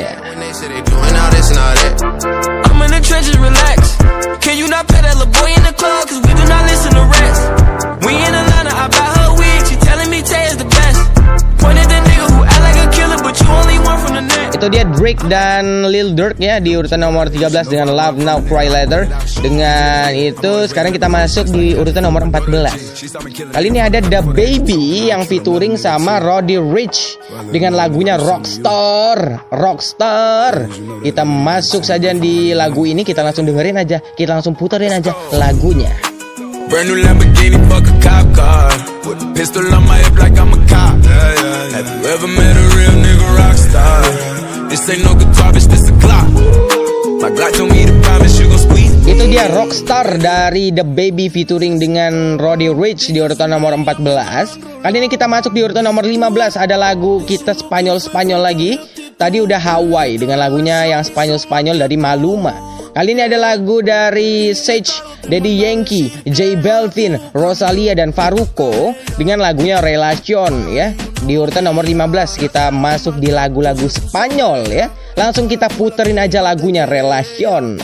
I'm in the trenches, relax. Can you not pay that little boy in the club? Cause we do not listen to rest. We in Atlanta, I buy her wig. She telling me Tay is the best. Pointed the nigga who act like a killer, but you only one from the net. Itu dia Drake dan Lil Durk ya di urutan nomor 13 dengan Love Now Cry Later. Dengan itu sekarang kita masuk di urutan nomor 14. Kali ini ada The Baby yang featuring sama Roddy Ricch dengan lagunya Rockstar. Kita masuk saja di lagu ini, kita langsung dengerin aja, kita langsung puterin aja lagunya. Brand new Lamborghini, fuck a cop car. With a pistol on my hip like I'm a cop. Have you ever met a real nigga rockstar? This ain't no guitar, bitch, this a clock. My Glock told me to promise you gon' squeeze. Itu dia Rockstar dari The Baby featuring dengan Roddy Ricch di urutan nomor 14. Kali ini kita masuk di urutan nomor 15. Ada lagu kita Spanyol-Spanyol lagi. Tadi udah Hawaii dengan lagunya yang Spanyol-Spanyol dari Maluma. Kali ini ada lagu dari Sage, Daddy Yankee, J Balvin, Rosalia dan Farruko dengan lagunya Relacion ya. Di urutan nomor 15 kita masuk di lagu-lagu Spanyol ya. Langsung kita puterin aja lagunya Relacion.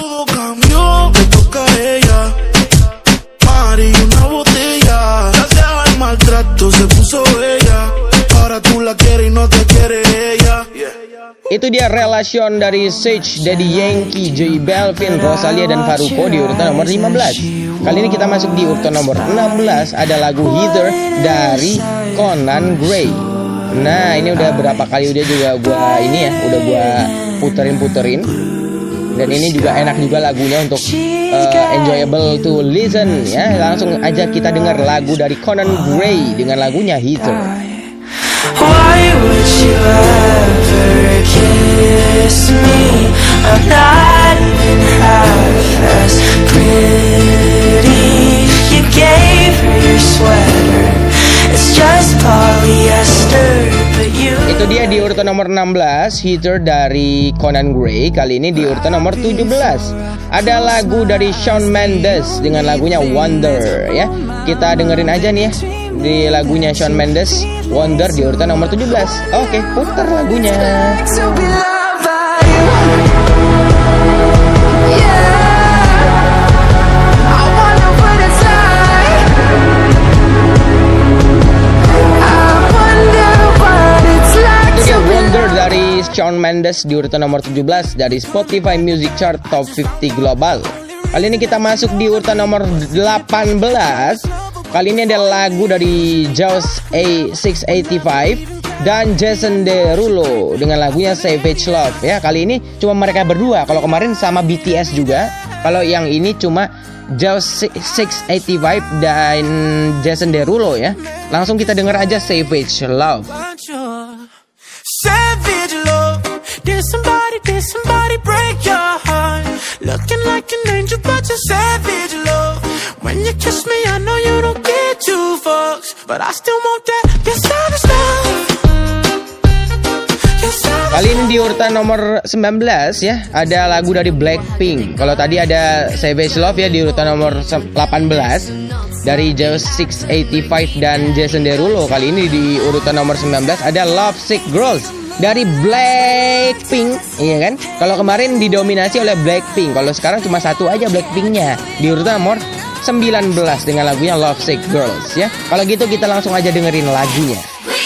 Itu dia Relacion dari Sage, Daddy Yankee, J Balvin, Rosalia dan Farruko di urutan nomor 15. Kali ini kita masuk di urutan nomor 16. Ada lagu Heather dari Conan Gray. Nah ini udah berapa kali udah gua puterin. Dan ini juga enak juga lagunya untuk enjoyable to listen ya. Langsung aja kita dengar lagu dari Conan Gray dengan lagunya Heather. Why would you ever kiss me? I'm not even half as pretty. You gave her your sweater. It's just polyester. Itu dia di urutan nomor 16, Heather dari Conan Gray. Kali ini di urutan nomor 17 ada lagu dari Shawn Mendes dengan lagunya Wonder ya. Kita dengerin aja nih ya di lagunya Shawn Mendes, Wonder di urutan nomor 17. Oke, putar lagunya. Dari Shawn Mendes di urutan nomor 17 dari Spotify Music Chart Top 50 Global. Kali ini kita masuk di urutan nomor 18. Kali ini ada lagu dari Jaws A685 dan Jason Derulo dengan lagunya Savage Love ya. Kali ini cuma mereka berdua. Kalau kemarin sama BTS juga. Kalau yang ini cuma Jaws 685 dan Jason Derulo ya. Langsung kita dengar aja Savage Love. Savage love, did somebody break your heart? Looking like an angel but you're savage love. When you kiss me I know you don't get two fucks, but I still want that, your savage love. Kali ini di urutan nomor 19 ya, ada lagu dari Blackpink. Kalau tadi ada Savage Love ya di urutan nomor 18 dari Jaws 685 dan Jason Derulo. Kali ini di urutan nomor 19 ada Love Sick Girls dari Blackpink, iya kan? Kalau kemarin didominasi oleh Blackpink, kalau sekarang cuma satu aja Blackpinknya di urutan nomor 19 dengan lagunya Love Sick Girls ya. Kalau gitu kita langsung aja dengerin lagunya.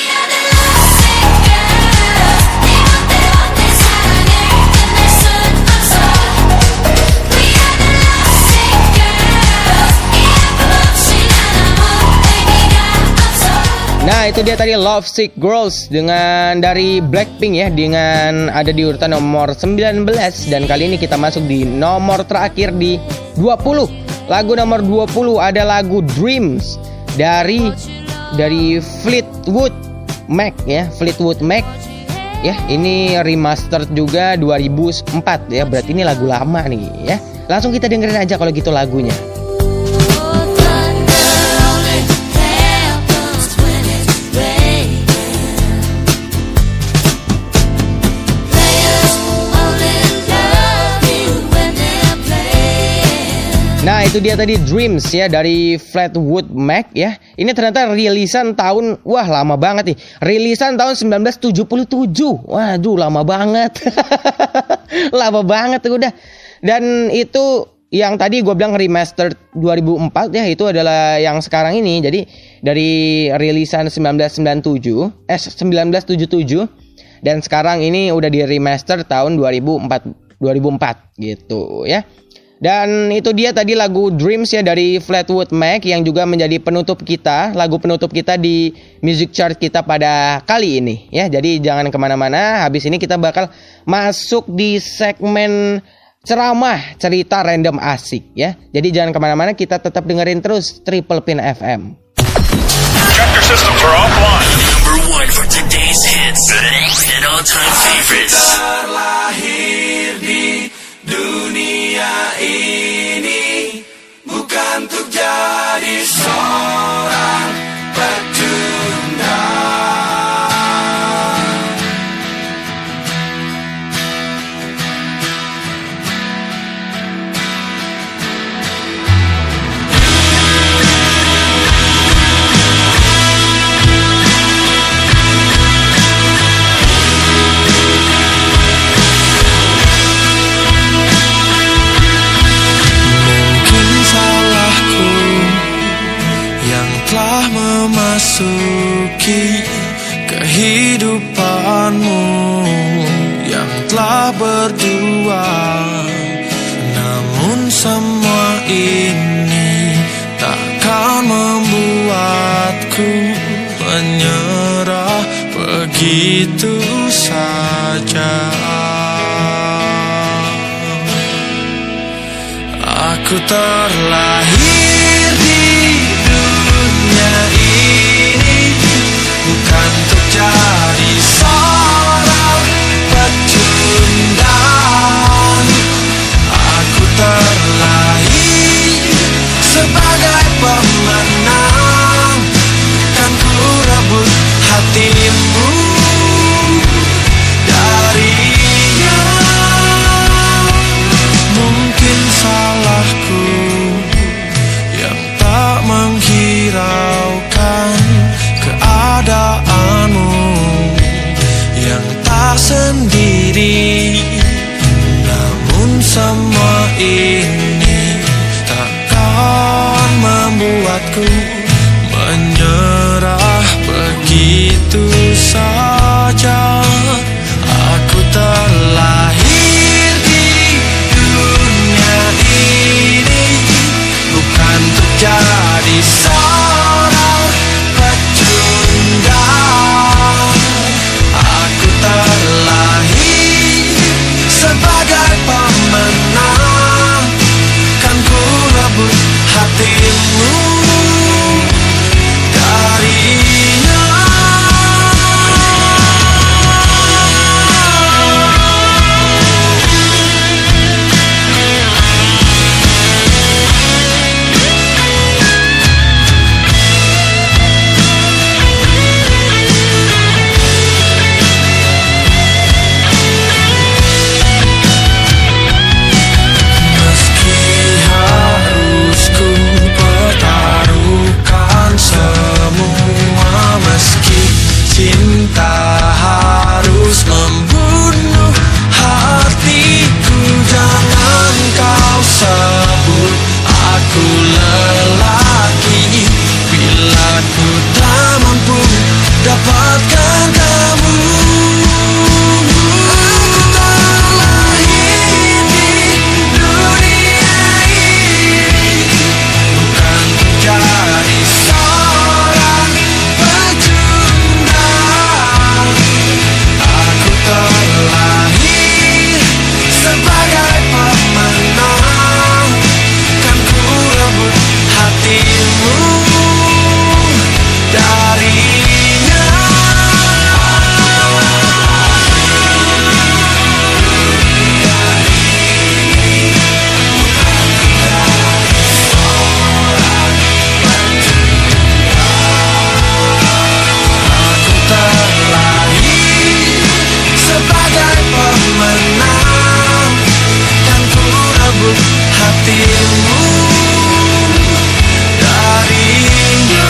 Nah itu dia tadi Love Sick Girls dengan dari Blackpink ya, dengan ada di urutan nomor 19. Dan kali ini kita masuk di nomor terakhir di 20. Lagu nomor 20 ada lagu Dreams dari Fleetwood Mac ya. Fleetwood Mac ya, ini remastered juga 2004 ya. Berarti ini lagu lama nih ya. Langsung kita dengerin aja kalau gitu lagunya. Nah itu dia tadi Dreams ya dari Fleetwood Mac ya. Ini ternyata rilisan tahun, wah lama banget nih. Rilisan tahun 1977. Waduh lama banget. Lama banget udah. Dan itu yang tadi gue bilang remastered 2004 ya, itu adalah yang sekarang ini. Jadi dari rilisan 1977 dan sekarang ini udah di remaster tahun 2004 gitu ya. Dan itu dia tadi lagu Dreams ya dari Fleetwood Mac yang juga menjadi penutup kita, lagu penutup kita di music chart kita pada kali ini ya. Jadi jangan kemana-mana, habis ini kita bakal masuk di segmen ceramah cerita random asik ya. Jadi jangan kemana-mana, kita tetap dengerin terus Triple Pin FM. Chapter systems are offline. Number one for today's hits and all-time favorites. Terlahir di dunia ini Namun semua ini takkan membuatku menyerah begitu saja. Aku terlahir di dunia ini bukan untuk jadi seorang pecundang. Aku terlahir sebagai pemenang. Kan ku rebut hatimu darinya. Mungkin salahku yang tak menghiraukan keadaanmu, yang tak sendiri. Namun semua ini takkan membuatku menyerah begitu saja. Aku terlahir di dunia ini bukan untuk jadi seorang pecundang. Aku terlahir sebagai pemenang. Kan ku rebut hatimu darinya. Cinta harus membunuh hatiku. Jangan kau sebut aku lelaki bila ku tak mampu dapatkan kamu. Aku terlahir di dunia ini bukan jadi seorang pecundang. Aku terlahir sebagai pemenang. Kan ku rebut hatimu darinya. Aku terlahir sebagai pemenang. Kan ku rebut hatimu darinya.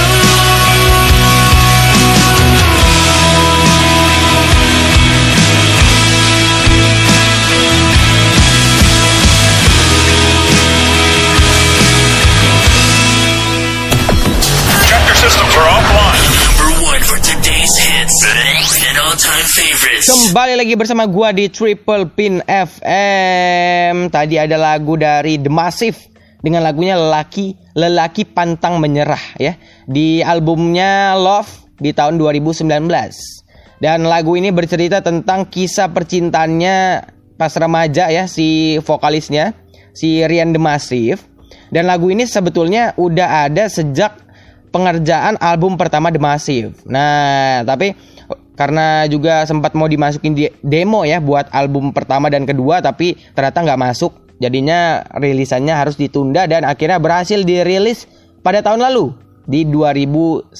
Check your systems are offline. Number one for today's hits and all-time favorites. Kembali lagi bersama gua di Triple Pin FM. Tadi ada lagu dari The Massive dengan lagunya Lelaki Pantang Menyerah ya, di albumnya Love di tahun 2019. Dan lagu ini bercerita tentang kisah percintaannya pas remaja ya, si vokalisnya, si Ryan The Massive. Dan lagu ini sebetulnya udah ada sejak pengerjaan album pertama The Massive. Nah, tapi karena juga sempat mau dimasukin di demo ya buat album pertama dan kedua, tapi ternyata nggak masuk. Jadinya rilisannya harus ditunda dan akhirnya berhasil dirilis pada tahun lalu di 2019.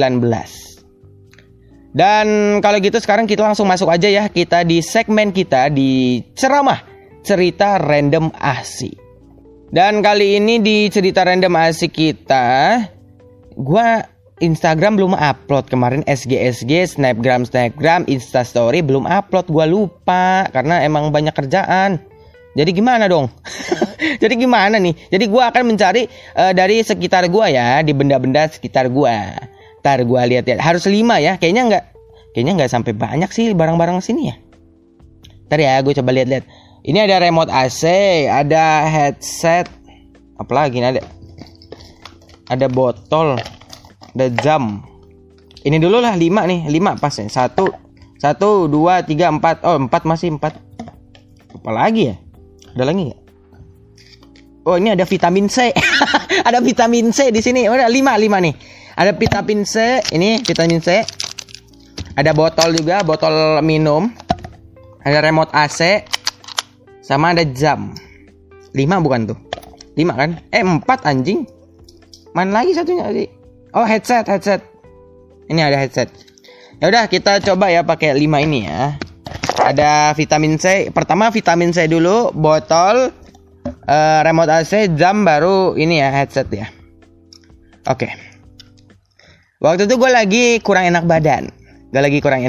Dan kalau gitu sekarang kita langsung masuk aja ya, kita di segmen kita di ceramah cerita random asik. Dan kali ini di cerita random asik kita, gua Instagram belum upload kemarin, SG, Snapgram, Instastory belum upload, gua lupa karena emang banyak kerjaan. Jadi gimana dong? Jadi gimana nih? Jadi gua akan mencari dari sekitar gua ya, di benda-benda sekitar gua. Ntar gua lihat-lihat, harus 5 ya. Kayaknya nggak sampai banyak sih barang-barang sini ya. Ntar ya, gue coba lihat-lihat. Ini ada remote AC, ada headset, apalagi ini ada botol, ada jam. Ini dulu lah 5 nih, 5 pas ya. 1, 2, 3, 4. Oh 4 masih 4. Apalagi ya? Ada lagi nggak? Oh ini ada vitamin C. Ada vitamin C di sini. Udah 5 nih. Ada vitamin C, ini vitamin C. Ada botol juga, botol minum. Ada remote AC. Sama ada jam. 5 bukan tuh? 5 kan? 4 anjing. Mana lagi satunya tadi? Oh headset. Ini ada headset. Ya udah kita coba ya pakai 5 ini ya. Ada vitamin C. Pertama vitamin C dulu, botol, remote AC, jam, baru ini ya headset ya. Oke. Waktu itu gue lagi kurang enak badan. Gue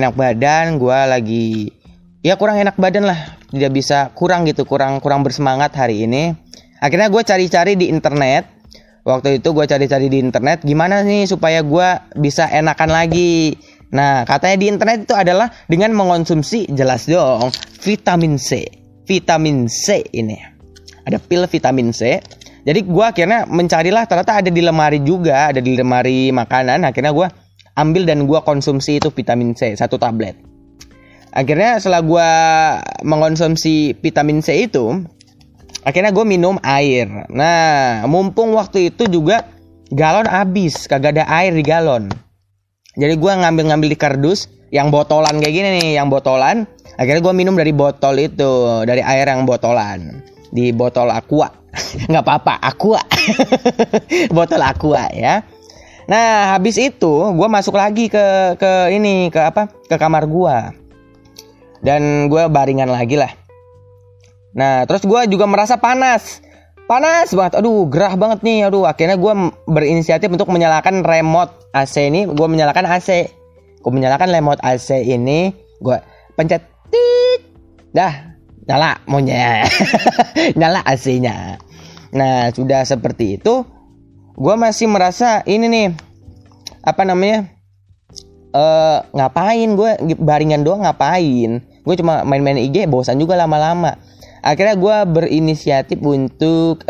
lagi ya kurang enak badan lah. Tidak bisa, kurang bersemangat hari ini. Akhirnya gue cari-cari di internet. Waktu itu gue cari-cari di internet gimana nih supaya gue bisa enakan lagi. Nah katanya di internet itu adalah dengan mengonsumsi, jelas dong, vitamin C. Vitamin C ini ada pil vitamin C. Jadi gue akhirnya mencarilah, ternyata ada di lemari juga, ada di lemari makanan. Akhirnya gue ambil dan gue konsumsi itu vitamin C 1 tablet. Akhirnya setelah gue mengonsumsi vitamin C itu, akhirnya gue minum air. Nah, mumpung waktu itu juga galon habis, kagak ada air di galon. Jadi gue ngambil di kardus yang botolan kayak gini nih, yang botolan. Akhirnya gue minum dari botol itu, dari air yang botolan, di botol aqua. Nggak apa-apa, aqua. Botol aqua ya. Nah, habis itu gue masuk lagi ke kamar gue. Dan gue baringan lagi lah. Nah terus gue juga merasa panas banget, aduh gerah banget nih, akhirnya gue berinisiatif untuk menyalakan remote AC ini. Gue menyalakan remote AC ini, gue pencet tit, dah nyala monyet. Nyala AC-nya. Nah sudah seperti itu, gue masih merasa ini nih, ngapain gue baringan doang, ngapain gue cuma main-main IG, bosan juga lama-lama. Akhirnya gue berinisiatif untuk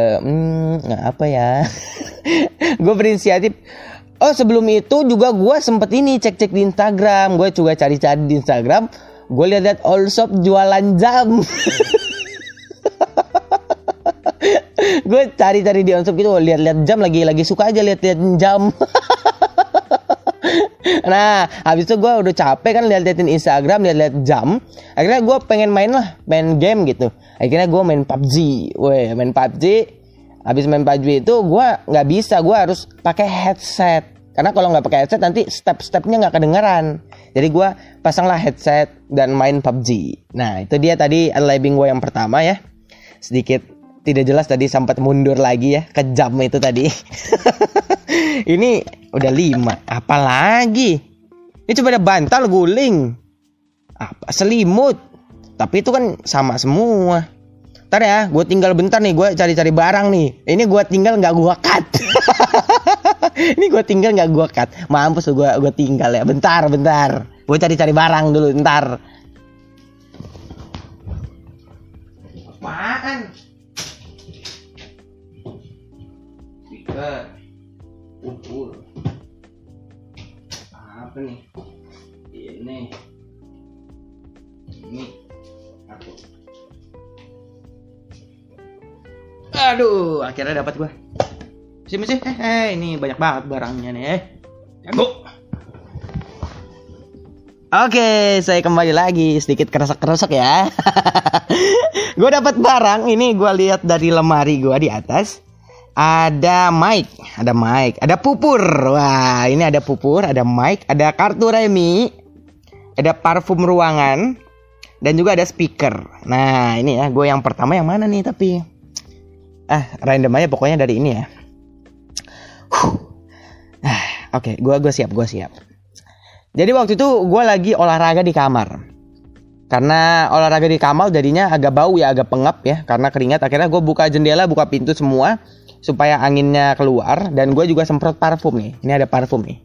gue berinisiatif. Oh sebelum itu juga gue sempet ini cek-cek di Instagram. Gue juga cari-cari di Instagram. Gue lihat all shop jualan jam. Gue cari-cari di all shop gitu, lihat-lihat jam, lagi suka aja lihat-lihat jam. Nah habis itu gue udah capek kan lihat-liatin Instagram, lihat-lihat jam. Akhirnya gue pengen main game gitu. Akhirnya gue main PUBG. Habis main PUBG itu gue nggak bisa, gue harus pakai headset. Karena kalau nggak pakai headset nanti step-stepnya nggak kedengeran. Jadi gue pasanglah headset dan main PUBG. Nah itu dia tadi unlabing gue yang pertama ya. Sedikit tidak jelas tadi, sempat mundur lagi ya ke jam itu tadi. Ini udah 5. Apalagi? Ini coba ada bantal guling. Selimut. Tapi itu kan sama semua. Ntar ya, gue tinggal bentar nih, gue cari-cari barang nih. Ini gue tinggal nggak gue cut. Mampus gue tinggal ya. Bentar. Gue cari-cari barang dulu, ntar. Apaan? Speaker. Apa nih? Ini aku. Aduh, akhirnya dapat gua. Masih. Ini banyak banget barangnya nih. Jago. Oke, saya kembali lagi, sedikit keresek ya. Gue dapat barang ini, gue lihat dari lemari gue di atas. Ada mic, ada pupur. Wah, ini ada pupur, ada mic, ada kartu remi, ada parfum ruangan, dan juga ada speaker. Nah, ini ya, gue yang pertama yang mana nih tapi? Random aja pokoknya dari ini ya. Oke, gue siap. Jadi waktu itu gue lagi olahraga di kamar. Karena olahraga di kamar jadinya agak bau ya, agak pengap ya, karena keringat. Akhirnya gue buka jendela, buka pintu semua supaya anginnya keluar. Dan gue juga semprot parfum nih. Ini ada parfum nih.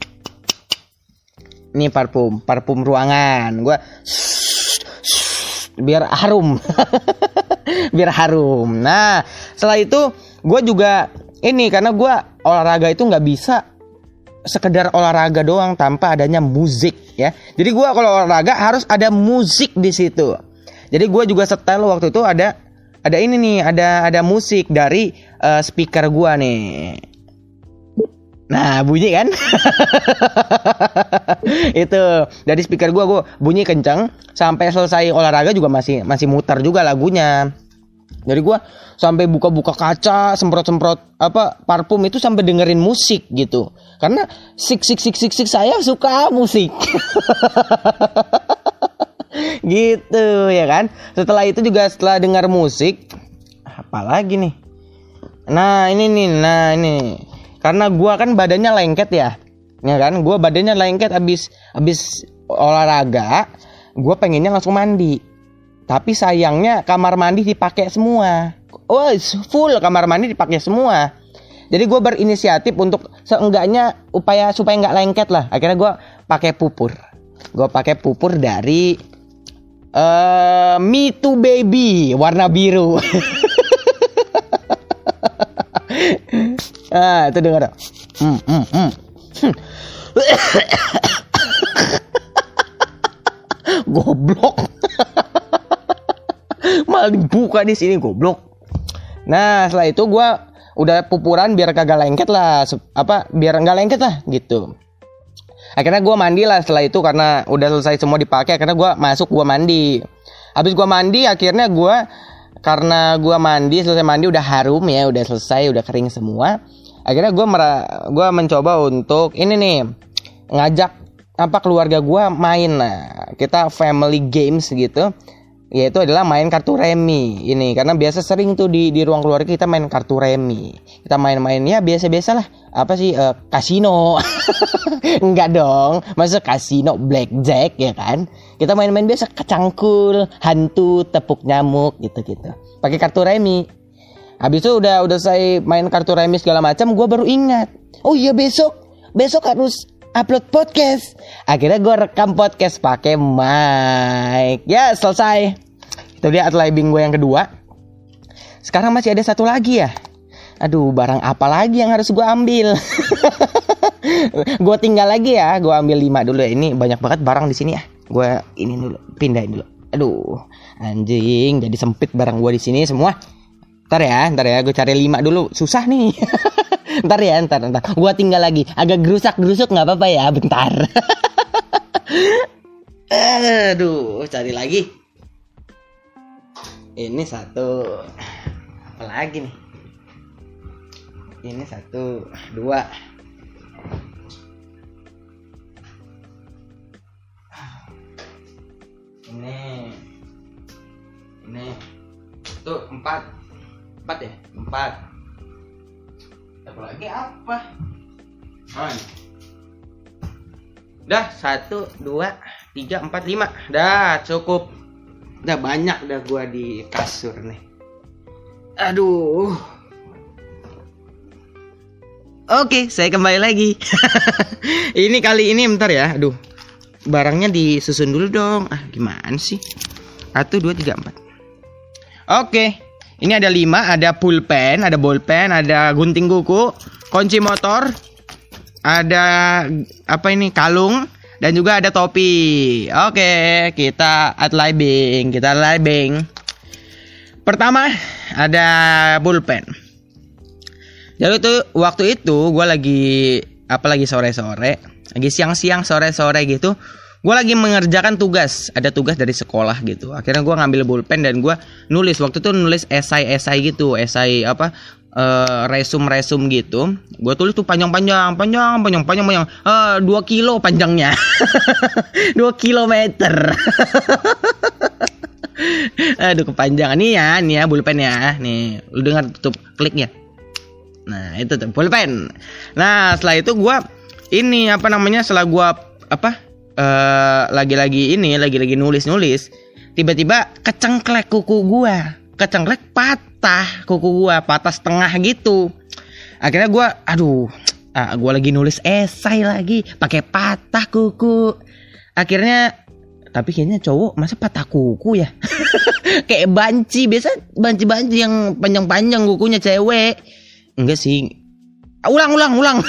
Ini parfum ruangan. Gue biar harum. Biar harum. Nah, setelah itu gue juga ini, karena gue olahraga itu nggak bisa sekedar olahraga doang tanpa adanya musik ya. Jadi gue kalau olahraga harus ada musik di situ. Jadi gue juga setel waktu itu ada ini nih, ada musik dari speaker gue nih. Nah, bunyi kan? Itu dari speaker gue bunyi kenceng sampai selesai olahraga juga masih muter juga lagunya. Jadi gue sampai buka-buka kaca, semprot-semprot parfum itu sampai dengerin musik gitu. Karena sik saya suka musik. Gitu ya kan. Setelah itu juga setelah dengar musik, apalagi nih? Nah ini. Karena gue kan badannya lengket ya kan? Gue badannya lengket abis olahraga, gue pengennya langsung mandi. Tapi sayangnya kamar mandi dipakai semua. Full kamar mandi dipakai semua. Jadi gue berinisiatif untuk seenggaknya supaya nggak lengket lah. Akhirnya gue pakai pupur. Gue pakai pupur dari Me Too Baby warna biru. Ah, itu dengar. Goblok. Malah dibuka di sini, goblok. Nah, setelah itu gue udah pupuran biar kagak lengket lah, biar nggak lengket lah gitu. Akhirnya gue mandi lah setelah itu, karena udah selesai semua dipakai. Akhirnya gue mandi. Habis gue mandi, akhirnya karena gue selesai mandi udah harum ya, udah selesai, udah kering semua. Akhirnya gue mencoba untuk ini nih, ngajak keluarga gue main. Nah, kita family games gitu. Yaitu adalah main kartu remi ini, karena biasa sering tuh di ruang keluarga kita main kartu remi. Kita main-mainnya biasa-biasa lah. Kasino. Enggak dong, masa kasino blackjack ya kan. Kita main-main biasa, kecangkul, hantu, tepuk nyamuk gitu-gitu. Pakai kartu remi. Habis itu udah selesai main kartu remi segala macam, gue baru ingat. Oh iya, besok harus upload podcast. Akhirnya gue rekam podcast pakai mic. Ya, selesai. Itu dia adlibing gue yang kedua. Sekarang masih ada satu lagi ya. Aduh, barang apa lagi yang harus gue ambil? Gue tinggal lagi ya. Gue ambil 5 dulu ya. Ini banyak banget barang di sini ya. Gue ini dulu, pindahin dulu. Aduh, anjing, jadi sempit barang gue di sini semua. Ntar ya, gue cari 5 dulu. Susah nih. Ntar. Gua tinggal lagi. Agak gerusak-gerusuk nggak apa-apa ya. Bentar. Aduh, cari lagi. Ini satu. Apa lagi nih? Ini 1, 2. Ini. Tuh 4 ya? 4. Apalagi apa? Udah 1, 2, 3, 4, 5. Dah cukup. Udah banyak dah gua di kasur nih. Aduh. Oke, saya kembali lagi. Ini kali ini bentar ya. Aduh. Barangnya disusun dulu dong. Gimana sih? 1, 2, 3, 4. Oke. Ini ada 5, ada pulpen, ada bolpen, ada gunting kuku, kunci motor, ada kalung, dan juga ada topi. Oke, kita adlibing. Pertama ada pulpen. Jadi waktu itu gue lagi sore-sore, lagi siang-siang sore-sore gitu. Gue lagi mengerjakan ada tugas dari sekolah gitu. Akhirnya gue ngambil pulpen dan gue nulis. Waktu itu nulis esai gitu, resume gitu. Gue tulis tuh panjang, 2 kilo panjangnya. 2 kilometer. Aduh, kepanjangan nih ya pulpen ya. Nih, lu dengar tutup kliknya. Nah, itu tuh pulpen. Nah, setelah itu gue setelah gue lagi nulis, tiba-tiba kecengklek kuku gua. Patah kuku gua, patah setengah gitu. Akhirnya gua lagi nulis esai lagi, pakai patah kuku. Akhirnya Tapi kayaknya cowok masa patah kuku ya? Kayak banci, biasa banci-banci yang panjang-panjang kukunya cewek. Enggak sih. Ulang. ulang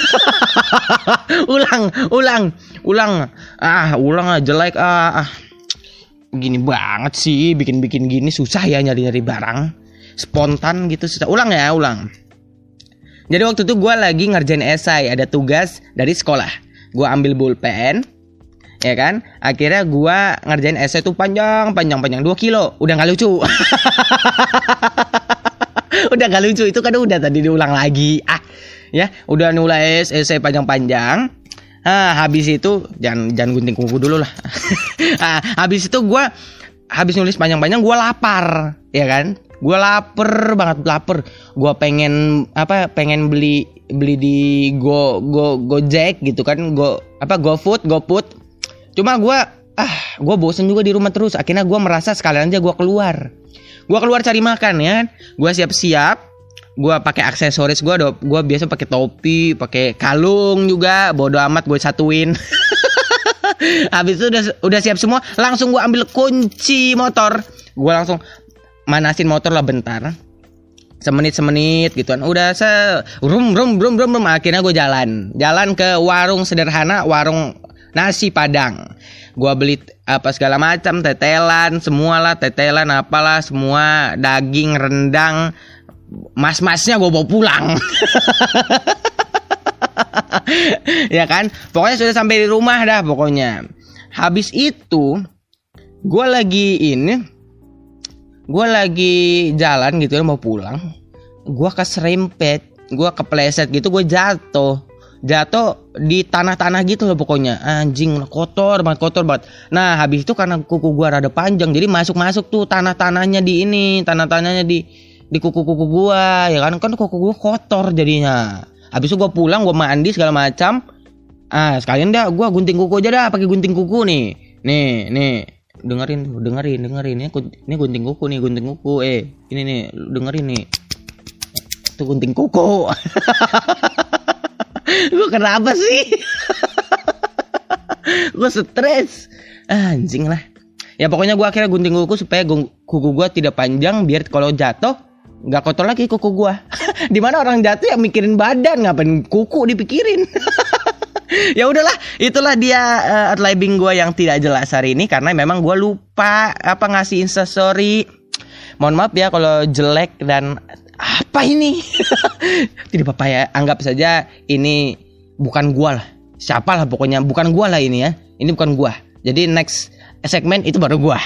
jelek. Gini banget sih, bikin gini susah ya nyari barang. Spontan gitu susah. Ulang. Jadi waktu itu gue lagi ngerjain esai, ada tugas dari sekolah. Gue ambil pulpen, ya kan? Akhirnya gue ngerjain esai itu panjang 2 kilo. Udah gak lucu. Udah gak lucu, itu kan udah tadi diulang lagi. Ya, udah nulis esai panjang-panjang. Habis itu jangan gunting kuku dulu lah. Habis itu gue habis nulis panjang-panjang, gue lapar, ya kan? Gue lapar. Gue pengen beli di Gojek gitu kan, GoFood. Cuma gue bosen juga di rumah terus. Akhirnya gue merasa sekalian aja gue keluar cari makan ya. Gue siap-siap, gue pakai aksesoris gue biasa pakai topi, pakai kalung juga, bodo amat gue satuin. Habis itu udah siap semua, langsung gue ambil kunci motor, gue langsung manasin motor lah bentar, semenit gitu kan. Udah rum. Akhirnya gue jalan ke warung sederhana, warung nasi Padang. Gue beli apa segala macam, tetelan apalah semua, daging, rendang, mas-masnya gue bawa pulang. Ya kan, pokoknya sudah sampai di rumah dah pokoknya. Habis itu gue lagi jalan gitu mau pulang, gue keserempet, gue kepleset gitu, gue jatuh di tanah gitu loh pokoknya. Anjing, kotor banget. Nah habis itu karena kuku gue rada panjang, jadi masuk tuh tanah-tanahnya di kuku gue, ya kan kuku gue kotor jadinya. Habis itu gue pulang, gue mandi segala macam. Sekalian dah gue gunting kuku aja dah, pakai gunting kuku nih. Dengerin. Ini gunting kuku. Ini nih, dengerin nih. Itu gunting kuku. Gue kenapa sih? Gue stres. Anjing lah. Ya pokoknya gue akhirnya gunting kuku supaya kuku gue tidak panjang, biar kalau jatuh nggak kotor lagi kuku gue. Dimana orang jatuh yang mikirin badan, ngapain kuku dipikirin. Ya udahlah, itulah dia adlibing gue yang tidak jelas hari ini, karena memang gue lupa ngasih instastory. Mohon maaf ya kalau jelek dan apa ini. Tidak apa-apa ya, anggap saja ini bukan gue lah. Siapa lah pokoknya, bukan gue lah ini ya. Ini bukan gue. Jadi next segmen itu baru gue.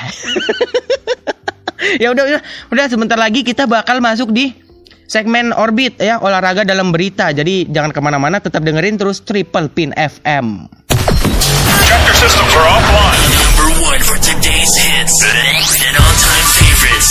Ya udah sebentar lagi kita bakal masuk di segmen Orbit ya, olahraga dalam berita. Jadi jangan kemana-mana, tetap dengerin terus Triple Pin FM. Tractor systems are offline. Number 1 for today's hits and all-time favorites.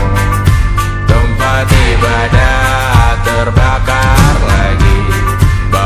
Ibadah terbakar lagi.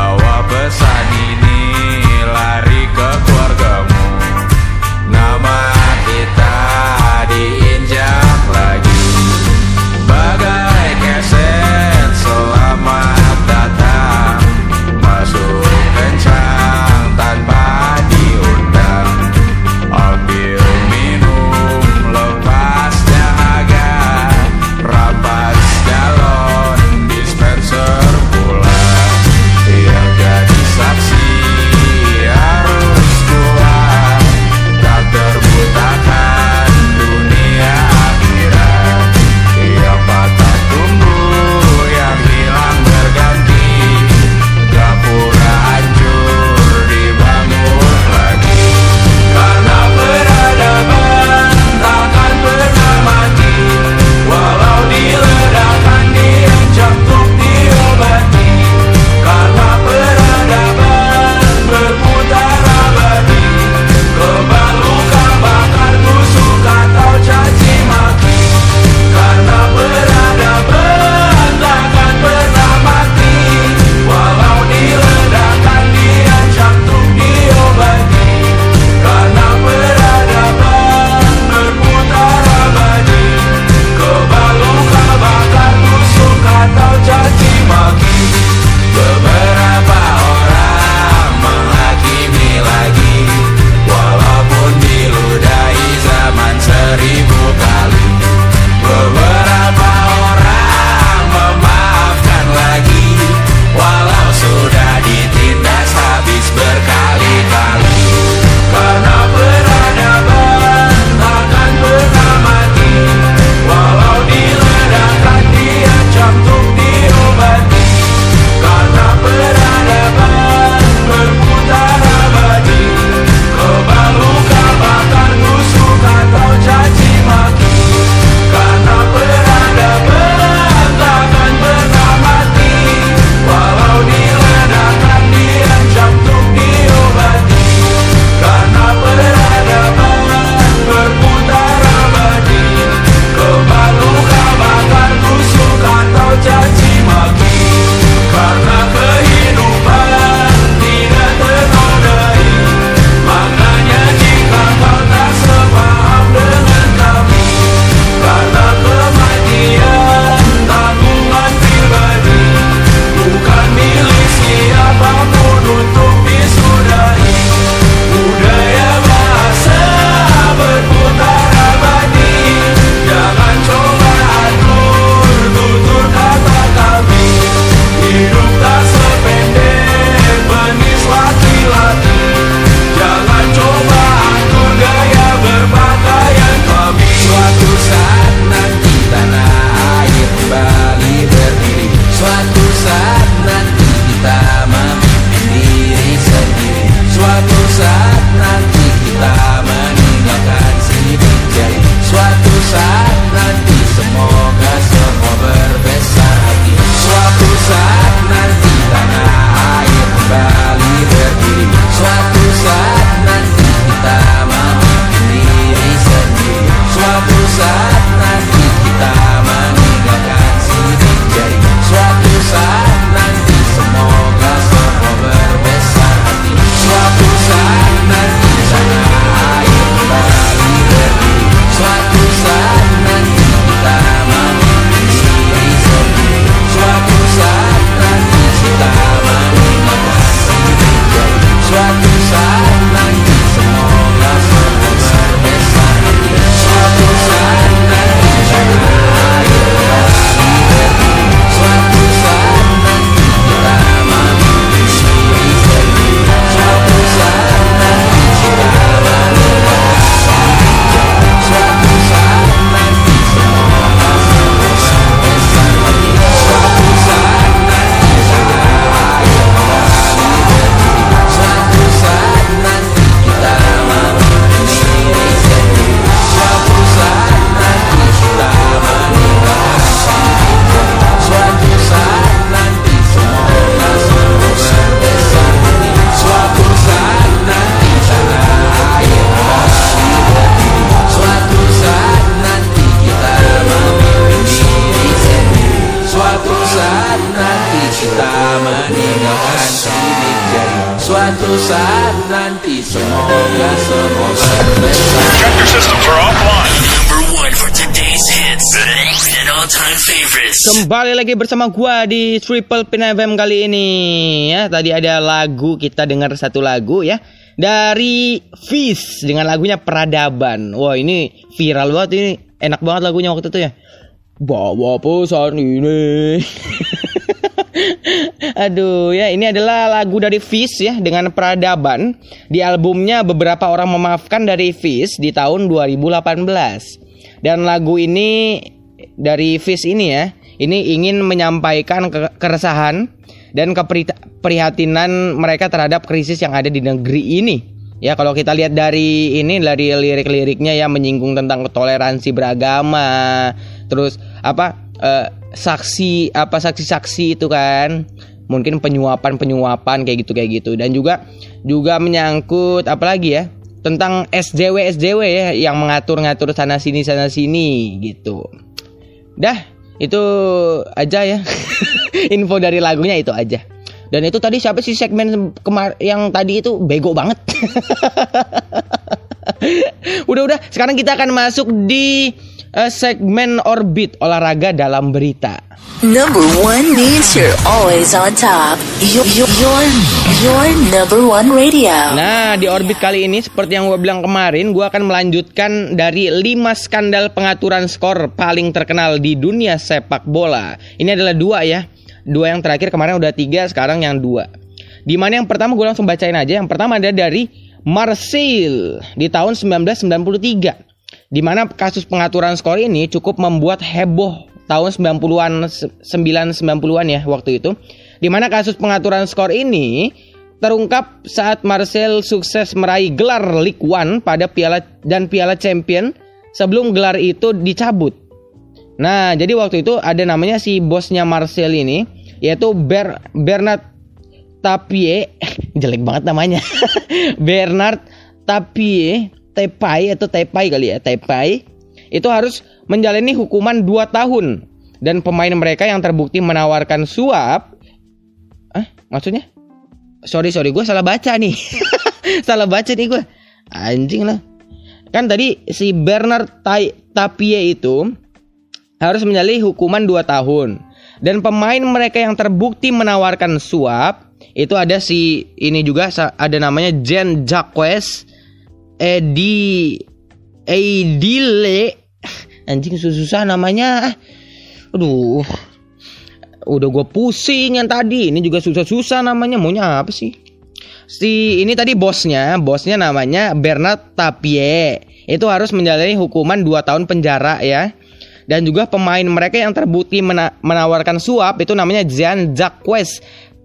suatu saat nanti. Semoga Check your systems are offline. Number one for today's hits and all-time favorites. Kembali lagi bersama gua di Triple Pin FM kali ini ya. Tadi ada lagu, kita dengar satu lagu ya dari Fish dengan lagunya Peradaban. Wah, ini viral banget, ini enak banget lagunya waktu itu ya. Bawa pesan ini. Aduh ya, ini adalah lagu dari Fish ya dengan Peradaban. Di albumnya Beberapa Orang Memaafkan dari Fish di tahun 2018. Dan lagu ini dari Fish ini ya, ini ingin menyampaikan keresahan dan keprihatinan mereka terhadap krisis yang ada di negeri ini. Ya, kalau kita lihat dari ini, dari lirik-liriknya ya, menyinggung tentang toleransi beragama, terus saksi-saksi itu kan, mungkin penyuapan kayak gitu, dan juga menyangkut apalagi ya, tentang SJW ya yang mengatur-ngatur sana sini gitu. Dah, itu aja ya. Info dari lagunya itu aja. Dan itu tadi siapa sih segmen yang tadi itu bego banget. Udah, sekarang kita akan masuk di segmen Orbit, olahraga dalam berita. Number one means you're always on top. Your number one radio. Nah, di Orbit kali ini seperti yang gue bilang kemarin, gue akan melanjutkan dari 5 skandal pengaturan skor paling terkenal di dunia sepak bola. Ini adalah 2 ya. 2 yang terakhir, kemarin udah 3, sekarang yang 2. Dimana yang pertama gue langsung bacain aja. Yang pertama ada dari Marseille di tahun 1993. Dimana kasus pengaturan skor ini cukup membuat heboh tahun 90-an ya waktu itu. Dimana kasus pengaturan skor ini terungkap saat Marseille sukses meraih gelar Ligue 1 pada Piala Champion sebelum gelar itu dicabut. Nah, jadi waktu itu ada namanya si bosnya Marseille ini, yaitu Bernard Tapie. Jelek banget namanya. Bernard Tapie, Tepai kali ya, Tepai. Itu harus menjalani hukuman 2 tahun. Dan pemain mereka yang terbukti menawarkan suap. Maksudnya? Sorry, gue salah baca nih. Salah baca nih gue. Anjing lah. Kan tadi si Bernard Tapie itu harus menjalani hukuman 2 tahun. Dan pemain mereka yang terbukti menawarkan suap, itu ada si ini juga, ada namanya Jean-Jacques Edile. Anjing susah namanya. Aduh. Udah gue pusing yang tadi. Ini juga susah namanya. Maunya apa sih? Si ini tadi bosnya namanya Bernard Tapie. Itu harus menjalani hukuman 2 tahun penjara ya. Dan juga pemain mereka yang terbukti menawarkan suap, itu namanya Jean-Jacques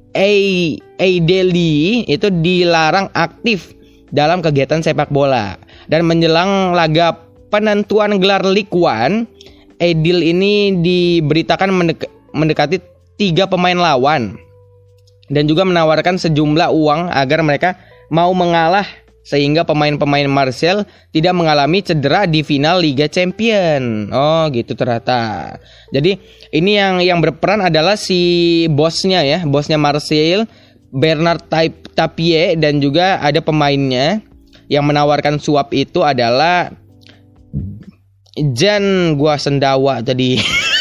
Edile, itu dilarang aktif dalam kegiatan sepak bola. Dan menjelang laga penentuan gelar Ligue 1, Edil ini diberitakan mendekati 3 pemain lawan dan juga menawarkan sejumlah uang agar mereka mau mengalah, sehingga pemain-pemain Marseille tidak mengalami cedera di final Liga Champion. Oh gitu ternyata. Jadi ini yang berperan adalah si bosnya ya, bosnya Marseille, Bernard Tapie, dan juga ada pemainnya yang menawarkan suap itu adalah gua sendawa tadi.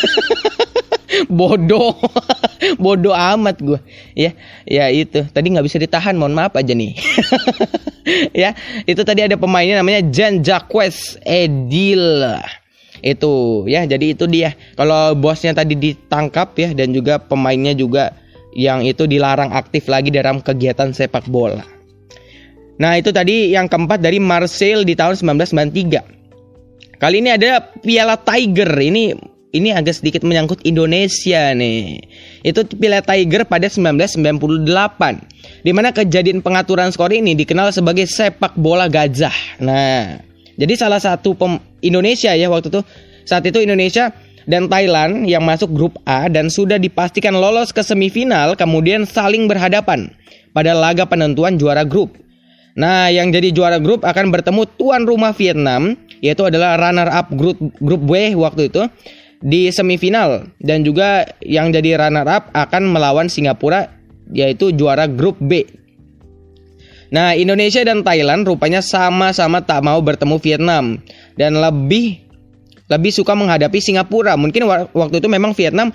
Bodoh amat gue ya itu tadi nggak bisa ditahan, mohon maaf aja nih. Ya, itu tadi ada pemainnya namanya Jean-Jacques Edile itu ya. Jadi itu dia, kalau bosnya tadi ditangkap ya, dan juga pemainnya juga yang itu dilarang aktif lagi dalam kegiatan sepak bola. Nah, itu tadi yang keempat dari Marseille di tahun 1993. Kali ini ada Piala Tiger. Ini agak sedikit menyangkut Indonesia nih. Itu Piala Tiger pada 1998. Di mana kejadian pengaturan skor ini dikenal sebagai sepak bola gajah. Nah, jadi salah satu Indonesia ya waktu itu. Saat itu Indonesia dan Thailand yang masuk grup A dan sudah dipastikan lolos ke semifinal, kemudian saling berhadapan pada laga penentuan juara grup. Nah, yang jadi juara grup akan bertemu tuan rumah Vietnam, yaitu adalah runner up grup B waktu itu di semifinal, dan juga yang jadi runner up akan melawan Singapura, yaitu juara grup B. Nah, Indonesia dan Thailand rupanya sama-sama tak mau bertemu Vietnam dan lebih suka menghadapi Singapura. Mungkin waktu itu memang Vietnam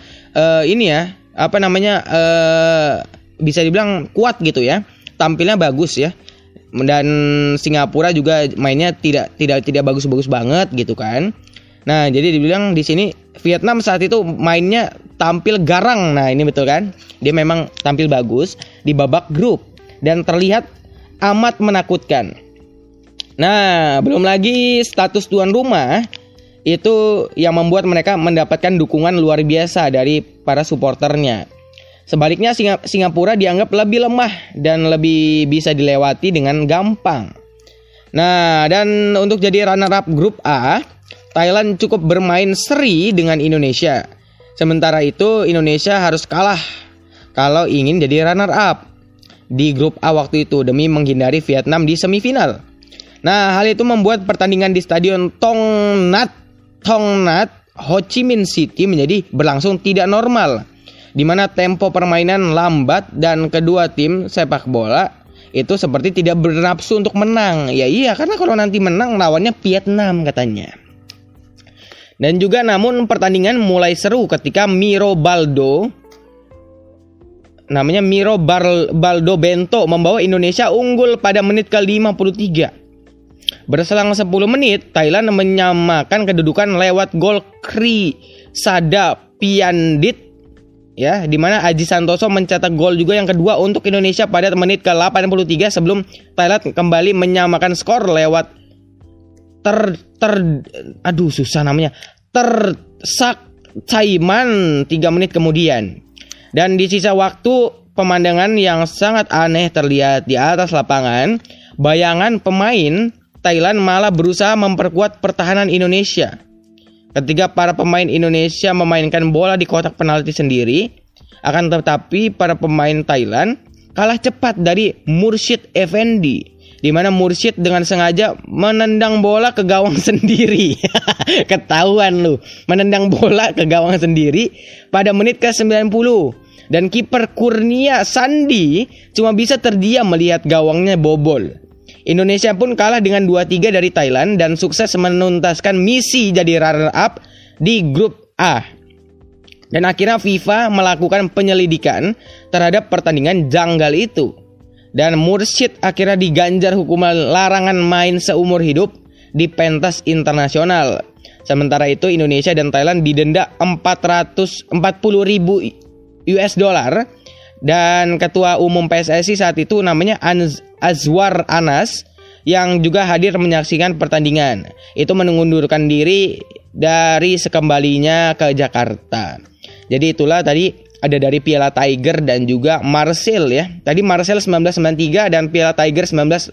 bisa dibilang kuat gitu ya. Tampilnya bagus ya. Dan Singapura juga mainnya tidak bagus-bagus banget gitu kan. Nah, jadi dibilang di sini Vietnam saat itu mainnya tampil garang. Nah, ini betul kan? Dia memang tampil bagus di babak grup dan terlihat amat menakutkan. Nah, belum lagi status tuan rumah itu yang membuat mereka mendapatkan dukungan luar biasa dari para supporternya. Sebaliknya Singapura dianggap lebih lemah dan lebih bisa dilewati dengan gampang. Nah, dan untuk jadi runner-up grup A, Thailand cukup bermain seri dengan Indonesia. Sementara itu Indonesia harus kalah kalau ingin jadi runner-up di grup A waktu itu demi menghindari Vietnam di semifinal. Nah, hal itu membuat pertandingan di Stadion Thong Nhat, Ho Chi Minh City menjadi berlangsung tidak normal, di mana tempo permainan lambat dan kedua tim sepak bola itu seperti tidak bernafsu untuk menang. Ya iya, karena kalau nanti menang lawannya Vietnam katanya. Dan juga namun pertandingan mulai seru ketika Miro Baldo Bento membawa Indonesia unggul pada menit ke-53. Berselang 10 menit, Thailand menyamakan kedudukan lewat gol Kri Sadapiandit ya, di mana Aji Santoso mencetak gol juga yang kedua untuk Indonesia pada menit ke-83 sebelum Thailand kembali menyamakan skor lewat Tersak Chaiman 3 menit kemudian. Dan di sisa waktu, pemandangan yang sangat aneh terlihat di atas lapangan. Bayangan pemain Thailand malah berusaha memperkuat pertahanan Indonesia. Ketika para pemain Indonesia memainkan bola di kotak penalti sendiri, akan tetapi para pemain Thailand kalah cepat dari Mursyid Effendi, di mana Mursyid dengan sengaja menendang bola ke gawang sendiri. Ketahuan lu, menendang bola ke gawang sendiri pada menit ke-90. Dan kiper Kurnia Sandi cuma bisa terdiam melihat gawangnya bobol. Indonesia pun kalah dengan 2-3 dari Thailand dan sukses menuntaskan misi jadi runner-up di grup A. Dan akhirnya FIFA melakukan penyelidikan terhadap pertandingan janggal itu. Dan Mursyid akhirnya diganjar hukuman larangan main seumur hidup di pentas internasional. Sementara itu Indonesia dan Thailand didenda $440.000 dan ketua umum PSSI saat itu namanya Azwar Anas yang juga hadir menyaksikan pertandingan. Itu mengundurkan diri dari sekembalinya ke Jakarta. Jadi itulah tadi ada dari Piala Tiger dan juga Marcel ya. Tadi Marcel 1993 dan Piala Tiger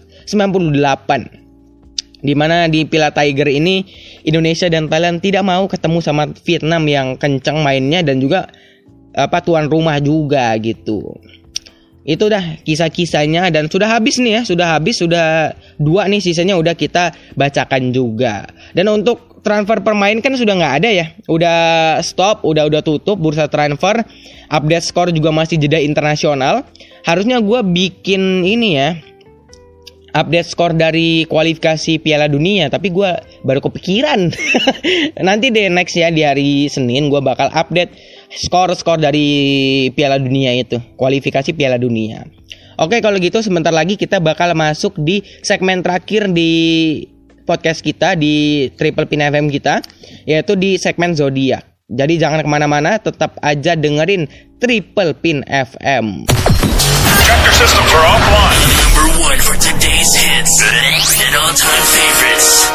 1998. Di mana di Piala Tiger ini Indonesia dan Thailand tidak mau ketemu sama Vietnam yang kencang mainnya dan juga tuan rumah juga gitu. Itu dah kisah-kisahnya dan sudah habis nih ya, sudah 2 nih sisanya udah kita bacakan juga. Dan untuk transfer pemain kan sudah nggak ada ya, udah stop, udah tutup bursa transfer. Update skor juga masih jeda internasional. Harusnya gue bikin ini ya, update skor dari kualifikasi Piala Dunia, tapi gue baru kepikiran. Nanti deh next ya, di hari Senin gue bakal update skor dari Piala Dunia itu, kualifikasi Piala Dunia. Oke, kalau gitu sebentar lagi kita bakal masuk di segmen terakhir di podcast kita di Triple Pin FM kita, yaitu di segmen Zodiak. Jadi jangan kemana-mana, tetap aja dengerin Triple Pin FM. Tractor systems are offline. Number 1 for today's hits and all-time favorites.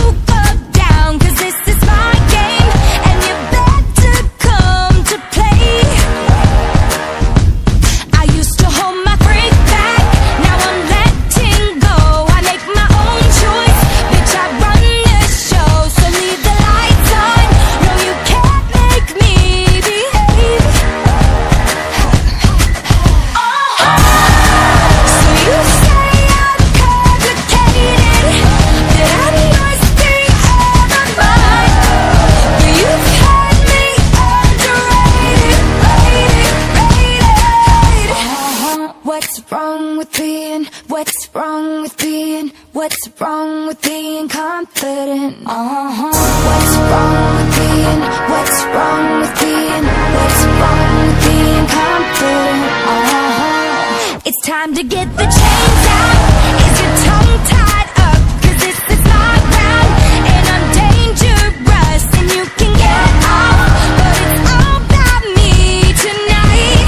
Play wrong with being confident? What's wrong with being confident? It's time to get the chains out. Is your tongue tied up? 'Cause this is my round, and I'm dangerous, and you can get off, but it's all about me tonight.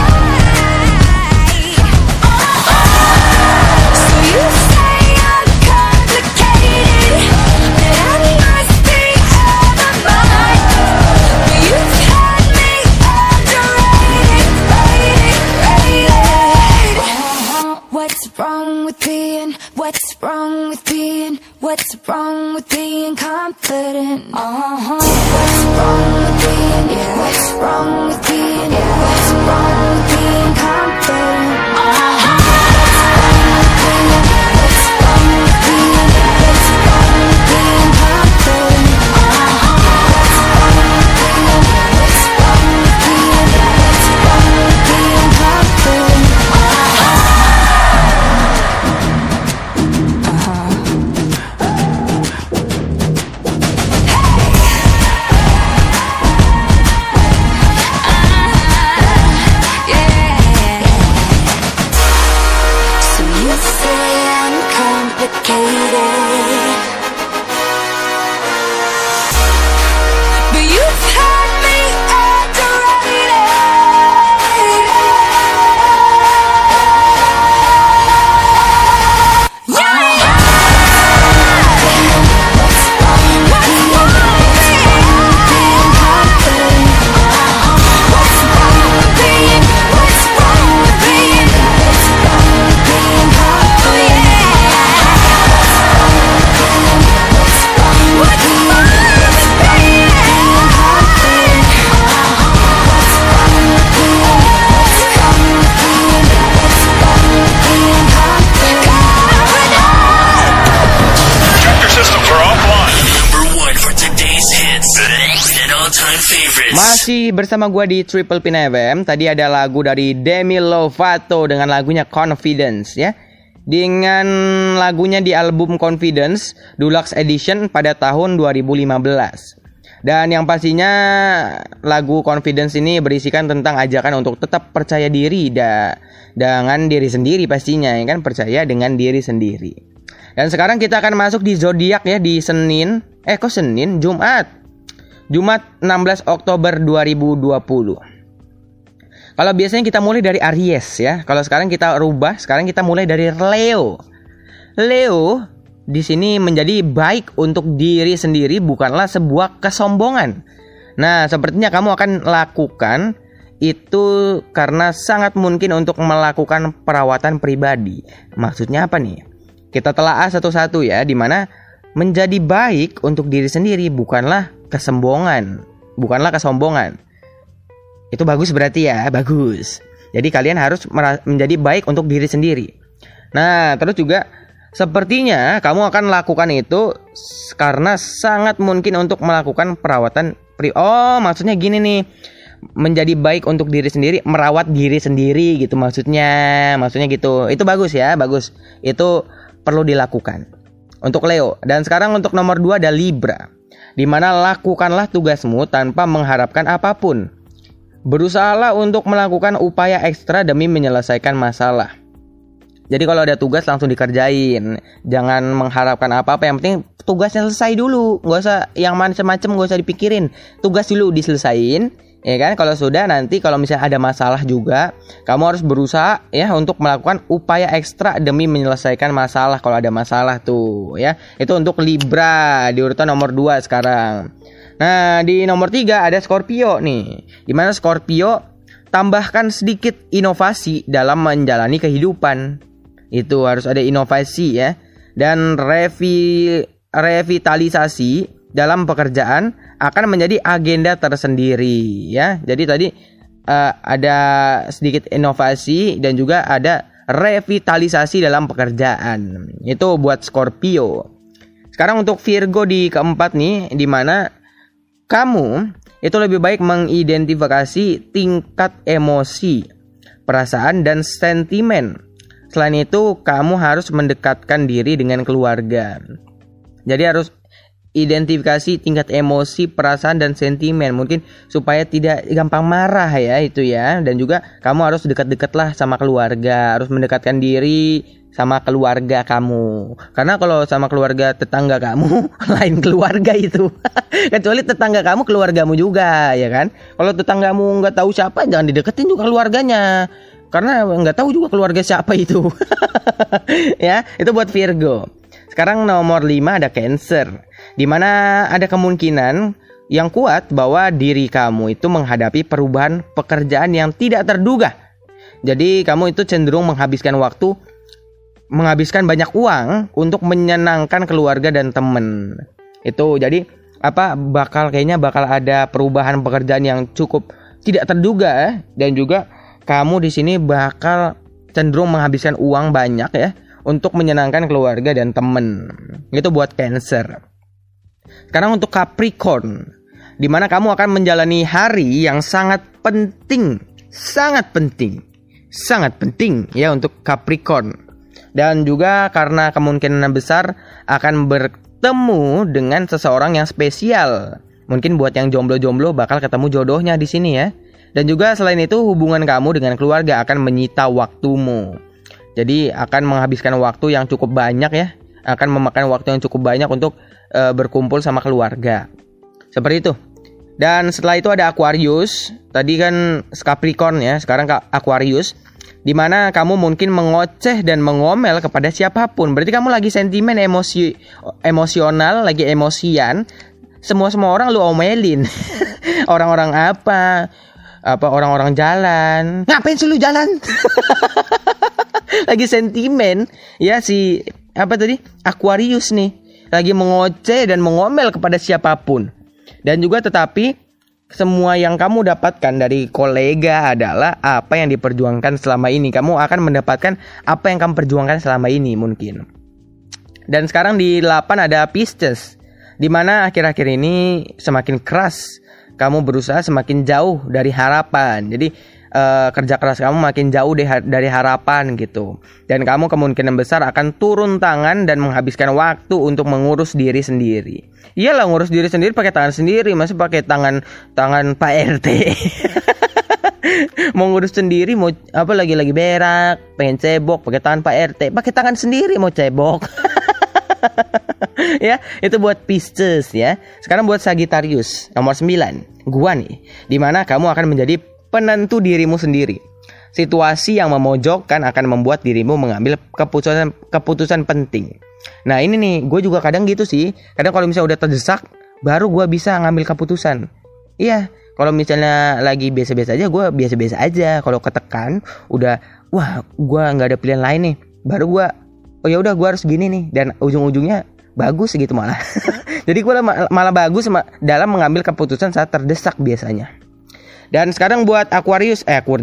So you say I'm complicated, that I must be out of mind, but you've had me underrated, rated. What's wrong with being confident? What's wrong with being confident? Masih bersama gue di Triple Pin FM. Tadi ada lagu dari Demi Lovato dengan lagunya Confidence ya. Dengan lagunya di album Confidence Deluxe Edition pada tahun 2015. Dan yang pastinya lagu Confidence ini berisikan tentang ajakan untuk tetap percaya diri dengan diri sendiri pastinya ya kan, percaya dengan diri sendiri. Dan sekarang kita akan masuk di zodiak ya di Jumat 16 Oktober 2020. Kalau biasanya kita mulai dari Aries ya. Kalau sekarang kita rubah, sekarang kita mulai dari Leo. Leo di sini menjadi baik untuk diri sendiri bukanlah sebuah kesombongan. Nah, sepertinya kamu akan lakukan itu karena sangat mungkin untuk melakukan perawatan pribadi. Maksudnya apa nih? Kita telaah satu-satu ya, di mana menjadi baik untuk diri sendiri bukanlah kesombongan. Itu bagus berarti ya, bagus. Jadi kalian harus menjadi baik untuk diri sendiri. Nah, terus juga sepertinya kamu akan lakukan itu karena sangat mungkin untuk melakukan perawatan maksudnya gini nih. Menjadi baik untuk diri sendiri, merawat diri sendiri gitu maksudnya gitu. Itu bagus ya, bagus. Itu perlu dilakukan untuk Leo. Dan sekarang untuk nomor 2 ada Libra. Di mana lakukanlah tugasmu tanpa mengharapkan apapun. Berusahalah untuk melakukan upaya ekstra demi menyelesaikan masalah. Jadi kalau ada tugas langsung dikerjain. Jangan mengharapkan apa-apa. Yang penting tugasnya selesai dulu. Gak usah yang macam-macam, gak usah dipikirin. Tugas dulu diselesain. Ya kan, kalau sudah nanti kalau misalnya ada masalah juga, kamu harus berusaha ya untuk melakukan upaya ekstra demi menyelesaikan masalah kalau ada masalah tuh ya. Itu untuk Libra di urutan nomor 2 sekarang. Nah, di nomor 3 ada Scorpio nih. Dimana Scorpio tambahkan sedikit inovasi dalam menjalani kehidupan. Itu harus ada inovasi ya. Dan revitalisasi dalam pekerjaan akan menjadi agenda tersendiri ya. Jadi tadi ada sedikit inovasi dan juga ada revitalisasi dalam pekerjaan. Itu buat Scorpio. Sekarang untuk Virgo di keempat nih, di mana kamu itu lebih baik mengidentifikasi tingkat emosi, perasaan dan sentimen selain itu kamu harus mendekatkan diri dengan keluarga. Jadi harus identifikasi tingkat emosi, perasaan dan sentimen mungkin supaya tidak gampang marah ya itu ya. Dan juga kamu harus dekat-dekat lah sama keluarga, harus mendekatkan diri sama keluarga kamu. Karena kalau sama keluarga tetangga kamu lain keluarga itu. Kecuali tetangga kamu keluargamu juga ya kan. Kalau tetanggamu nggak tahu siapa, jangan dideketin juga keluarganya. Karena nggak tahu juga keluarga siapa itu. Ya, itu buat Virgo. Sekarang nomor 5 ada Cancer, di mana ada kemungkinan yang kuat bahwa diri kamu itu menghadapi perubahan pekerjaan yang tidak terduga. Jadi kamu itu cenderung menghabiskan banyak uang untuk menyenangkan keluarga dan teman. Itu jadi kayaknya bakal ada perubahan pekerjaan yang cukup tidak terduga dan juga kamu di sini bakal cenderung menghabiskan uang banyak ya untuk menyenangkan keluarga dan teman. Itu buat Cancer. Sekarang untuk Capricorn, di mana kamu akan menjalani hari yang sangat penting ya untuk Capricorn. Dan juga karena kemungkinan besar akan bertemu dengan seseorang yang spesial. Mungkin buat yang jomblo-jomblo bakal ketemu jodohnya di sini ya. Dan juga selain itu hubungan kamu dengan keluarga akan menyita waktumu. Jadi akan menghabiskan waktu yang cukup banyak ya. Akan memakan waktu yang cukup banyak untuk berkumpul sama keluarga. Seperti itu. Dan setelah itu ada Aquarius. Tadi kan Capricorn ya, sekarang Aquarius. Di mana kamu mungkin mengoceh dan mengomel kepada siapapun. Berarti kamu lagi sentimen emosional, lagi emosian. Semua orang lu omelin. Orang-orang orang-orang jalan. Ngapain sih lu jalan? Lagi sentimen ya si Aquarius nih, lagi mengoceh dan mengomel kepada siapapun. Dan juga tetapi semua yang kamu dapatkan dari kolega adalah apa yang diperjuangkan selama ini. Kamu akan mendapatkan apa yang kamu perjuangkan selama ini mungkin. Dan sekarang di 8 ada Pisces, di mana akhir-akhir ini semakin keras kamu berusaha, semakin jauh dari harapan. Jadi kerja keras kamu makin jauh dari harapan gitu. Dan kamu kemungkinan besar akan turun tangan dan menghabiskan waktu untuk mengurus diri sendiri. Iyalah, ngurus diri sendiri pakai tangan sendiri, masih pakai tangan Pak RT. Mau ngurus sendiri, mau lagi berak, pengen cebok, pakai tangan Pak RT, pakai tangan sendiri mau cebok. Ya, itu buat Pisces ya. Sekarang buat Sagittarius, nomor 9. Gua nih, dimana kamu akan menjadi penentu dirimu sendiri. Situasi yang memojokkan akan membuat dirimu mengambil keputusan penting. Nah ini nih, gue juga kadang gitu sih. Kadang kalau misalnya udah terdesak, baru gue bisa ngambil keputusan. Iya, kalau misalnya lagi biasa-biasa aja, gue biasa-biasa aja. Kalau ketekan, udah, wah, gue nggak ada pilihan lain nih. Baru gue, oh ya udah, gue harus gini nih. Dan ujung-ujungnya bagus gitu malah. Jadi gue malah bagus dalam mengambil keputusan saat terdesak biasanya. Dan sekarang buat Aries.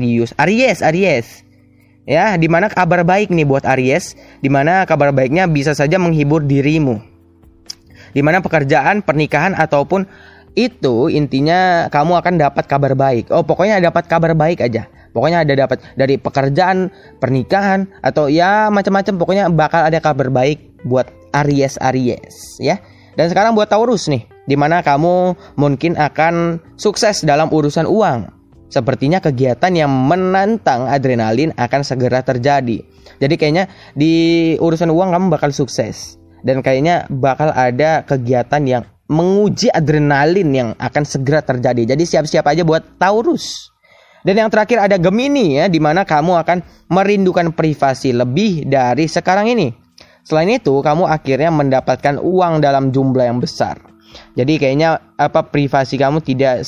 Ya, dimana kabar baik nih buat Aries, dimana kabar baiknya bisa saja menghibur dirimu. Dimana pekerjaan, pernikahan ataupun itu intinya kamu akan dapat kabar baik. Oh, pokoknya dapat kabar baik aja. Pokoknya ada dapat dari pekerjaan, pernikahan atau ya macam-macam, pokoknya bakal ada kabar baik buat Aries ya. Dan sekarang buat Taurus nih, dimana kamu mungkin akan sukses dalam urusan uang. Sepertinya kegiatan yang menantang adrenalin akan segera terjadi. Jadi kayaknya di urusan uang kamu bakal sukses. Dan kayaknya bakal ada kegiatan yang menguji adrenalin yang akan segera terjadi. Jadi siap-siap aja buat Taurus. Dan yang terakhir ada Gemini ya, dimana kamu akan merindukan privasi lebih dari sekarang ini. Selain itu, kamu akhirnya mendapatkan uang dalam jumlah yang besar. Jadi kayaknya privasi kamu tidak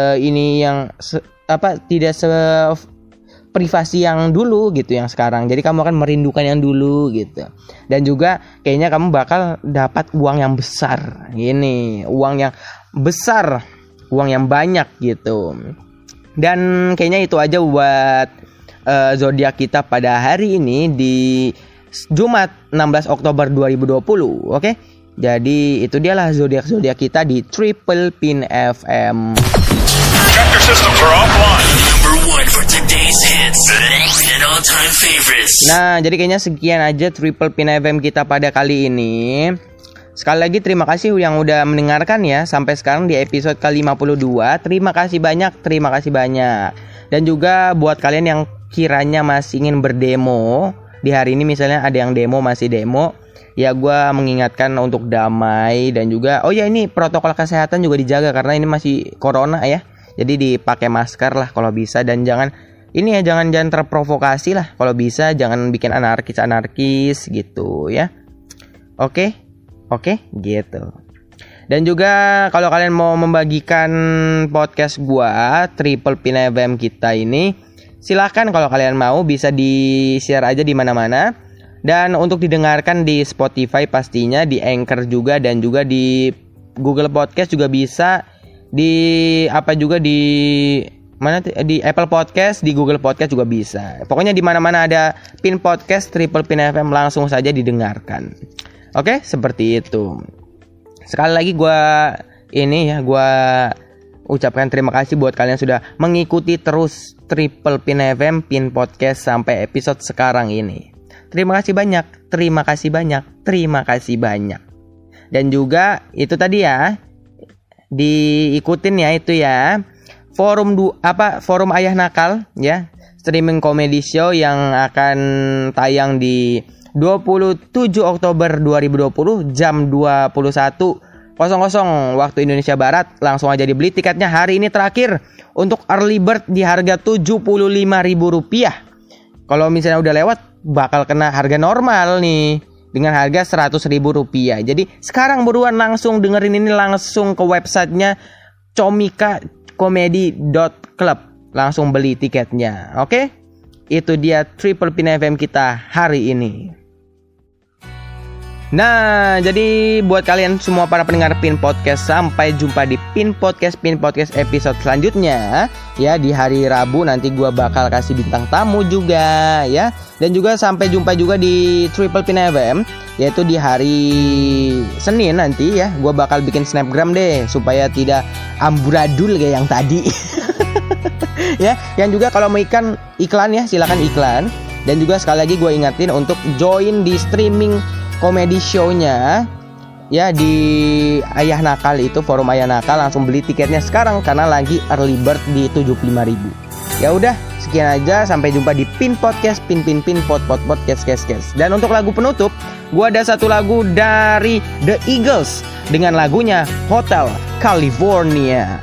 privasi yang dulu gitu, yang sekarang. Jadi kamu akan merindukan yang dulu gitu. Dan juga kayaknya kamu bakal dapat uang yang besar. Ini uang yang besar, uang yang banyak gitu. Dan kayaknya itu aja buat zodiak kita pada hari ini di Jumat 16 Oktober 2020. Oke? Jadi itu dialah zodiak-zodiak kita di Triple Pin FM. Tractor systems are offline. Number 1 for today's hits and all-time favorites. favorites. Nah, jadi kayaknya sekian aja Triple Pin FM kita pada kali ini. Sekali lagi terima kasih yang udah mendengarkan ya sampai sekarang di episode ke-52. Terima kasih banyak. Dan juga buat kalian yang kiranya masih ingin berdemo di hari ini, misalnya ada yang masih demo, ya gue mengingatkan untuk damai. Dan juga oh ya, ini protokol kesehatan juga dijaga karena ini masih corona ya. Jadi dipakai masker lah kalau bisa, dan jangan terprovokasi lah kalau bisa, jangan bikin anarkis gitu ya. Oke, gitu. Dan juga kalau kalian mau membagikan podcast gua Triple Pin FM kita ini, silahkan kalau kalian mau bisa di-share aja di mana-mana. Dan untuk didengarkan di Spotify pastinya, di Anchor juga, dan juga di Google Podcast juga bisa, di Apple Podcast, di Google Podcast juga bisa. Pokoknya di mana-mana ada Pin Podcast Triple Pin FM, langsung saja didengarkan. Oke, seperti itu. Sekali lagi gue ucapkan terima kasih buat kalian sudah mengikuti terus Triple Pin FM Pin Podcast sampai episode sekarang ini. Terima kasih banyak. Dan juga itu tadi ya, diikutin ya itu ya, forum Ayah Nakal ya, streaming comedy show yang akan tayang di 27 Oktober 2020 jam 21.00 waktu Indonesia Barat. Langsung aja dibeli tiketnya hari ini terakhir untuk early bird di harga Rp75.000. Kalau misalnya udah lewat bakal kena harga normal nih dengan harga Rp100.000. Jadi sekarang buruan langsung dengerin ini, langsung ke websitenya comikakomedi.club, langsung beli tiketnya. Oke? Itu dia Triple Pin FM kita hari ini. Nah, jadi buat kalian semua para pendengar Pin Podcast, sampai jumpa di Pin Podcast episode selanjutnya ya. Di hari Rabu nanti gue bakal kasih bintang tamu juga ya. Dan juga sampai jumpa juga di Triple Pin FM, yaitu di hari Senin nanti ya. Gue bakal bikin snapgram deh supaya tidak amburadul kayak yang tadi. Ya, yang juga kalau mau iklan ya silakan iklan. Dan juga sekali lagi gue ingatin untuk join di streaming comedy show-nya ya di Ayah Nakal itu, forum Ayah Nakal. Langsung beli tiketnya sekarang karena lagi early bird di 75.000. Ya udah, sekian aja, sampai jumpa di Pin Podcast, Pin podcast. Dan untuk lagu penutup, gua ada satu lagu dari The Eagles dengan lagunya Hotel California.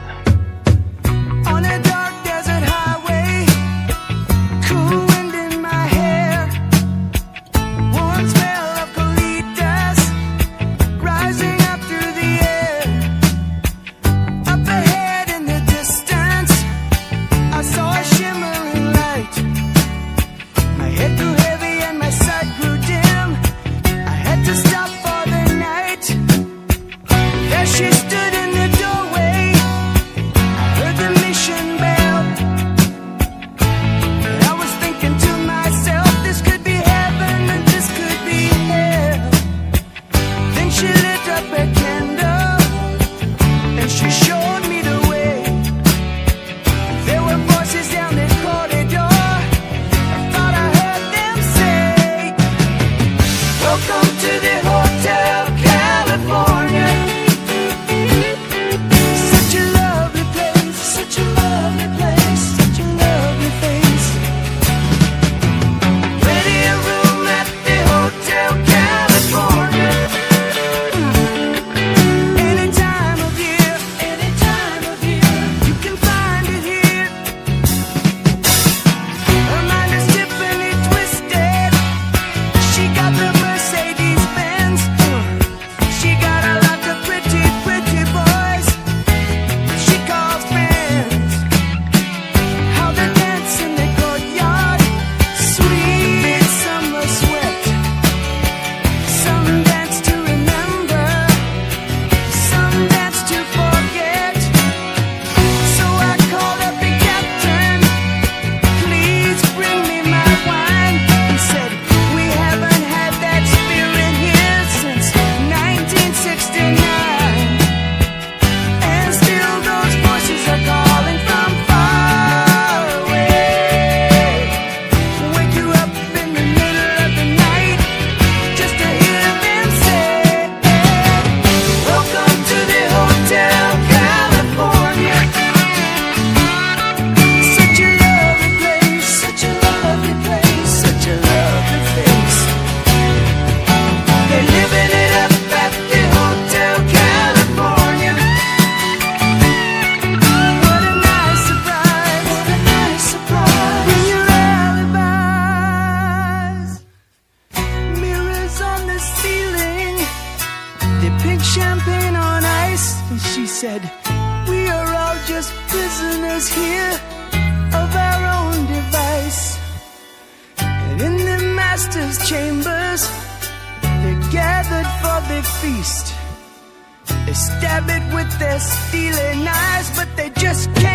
She stood in the doorway. these chambers, they're gathered for the feast. They stab it with their steely knives, but they just can't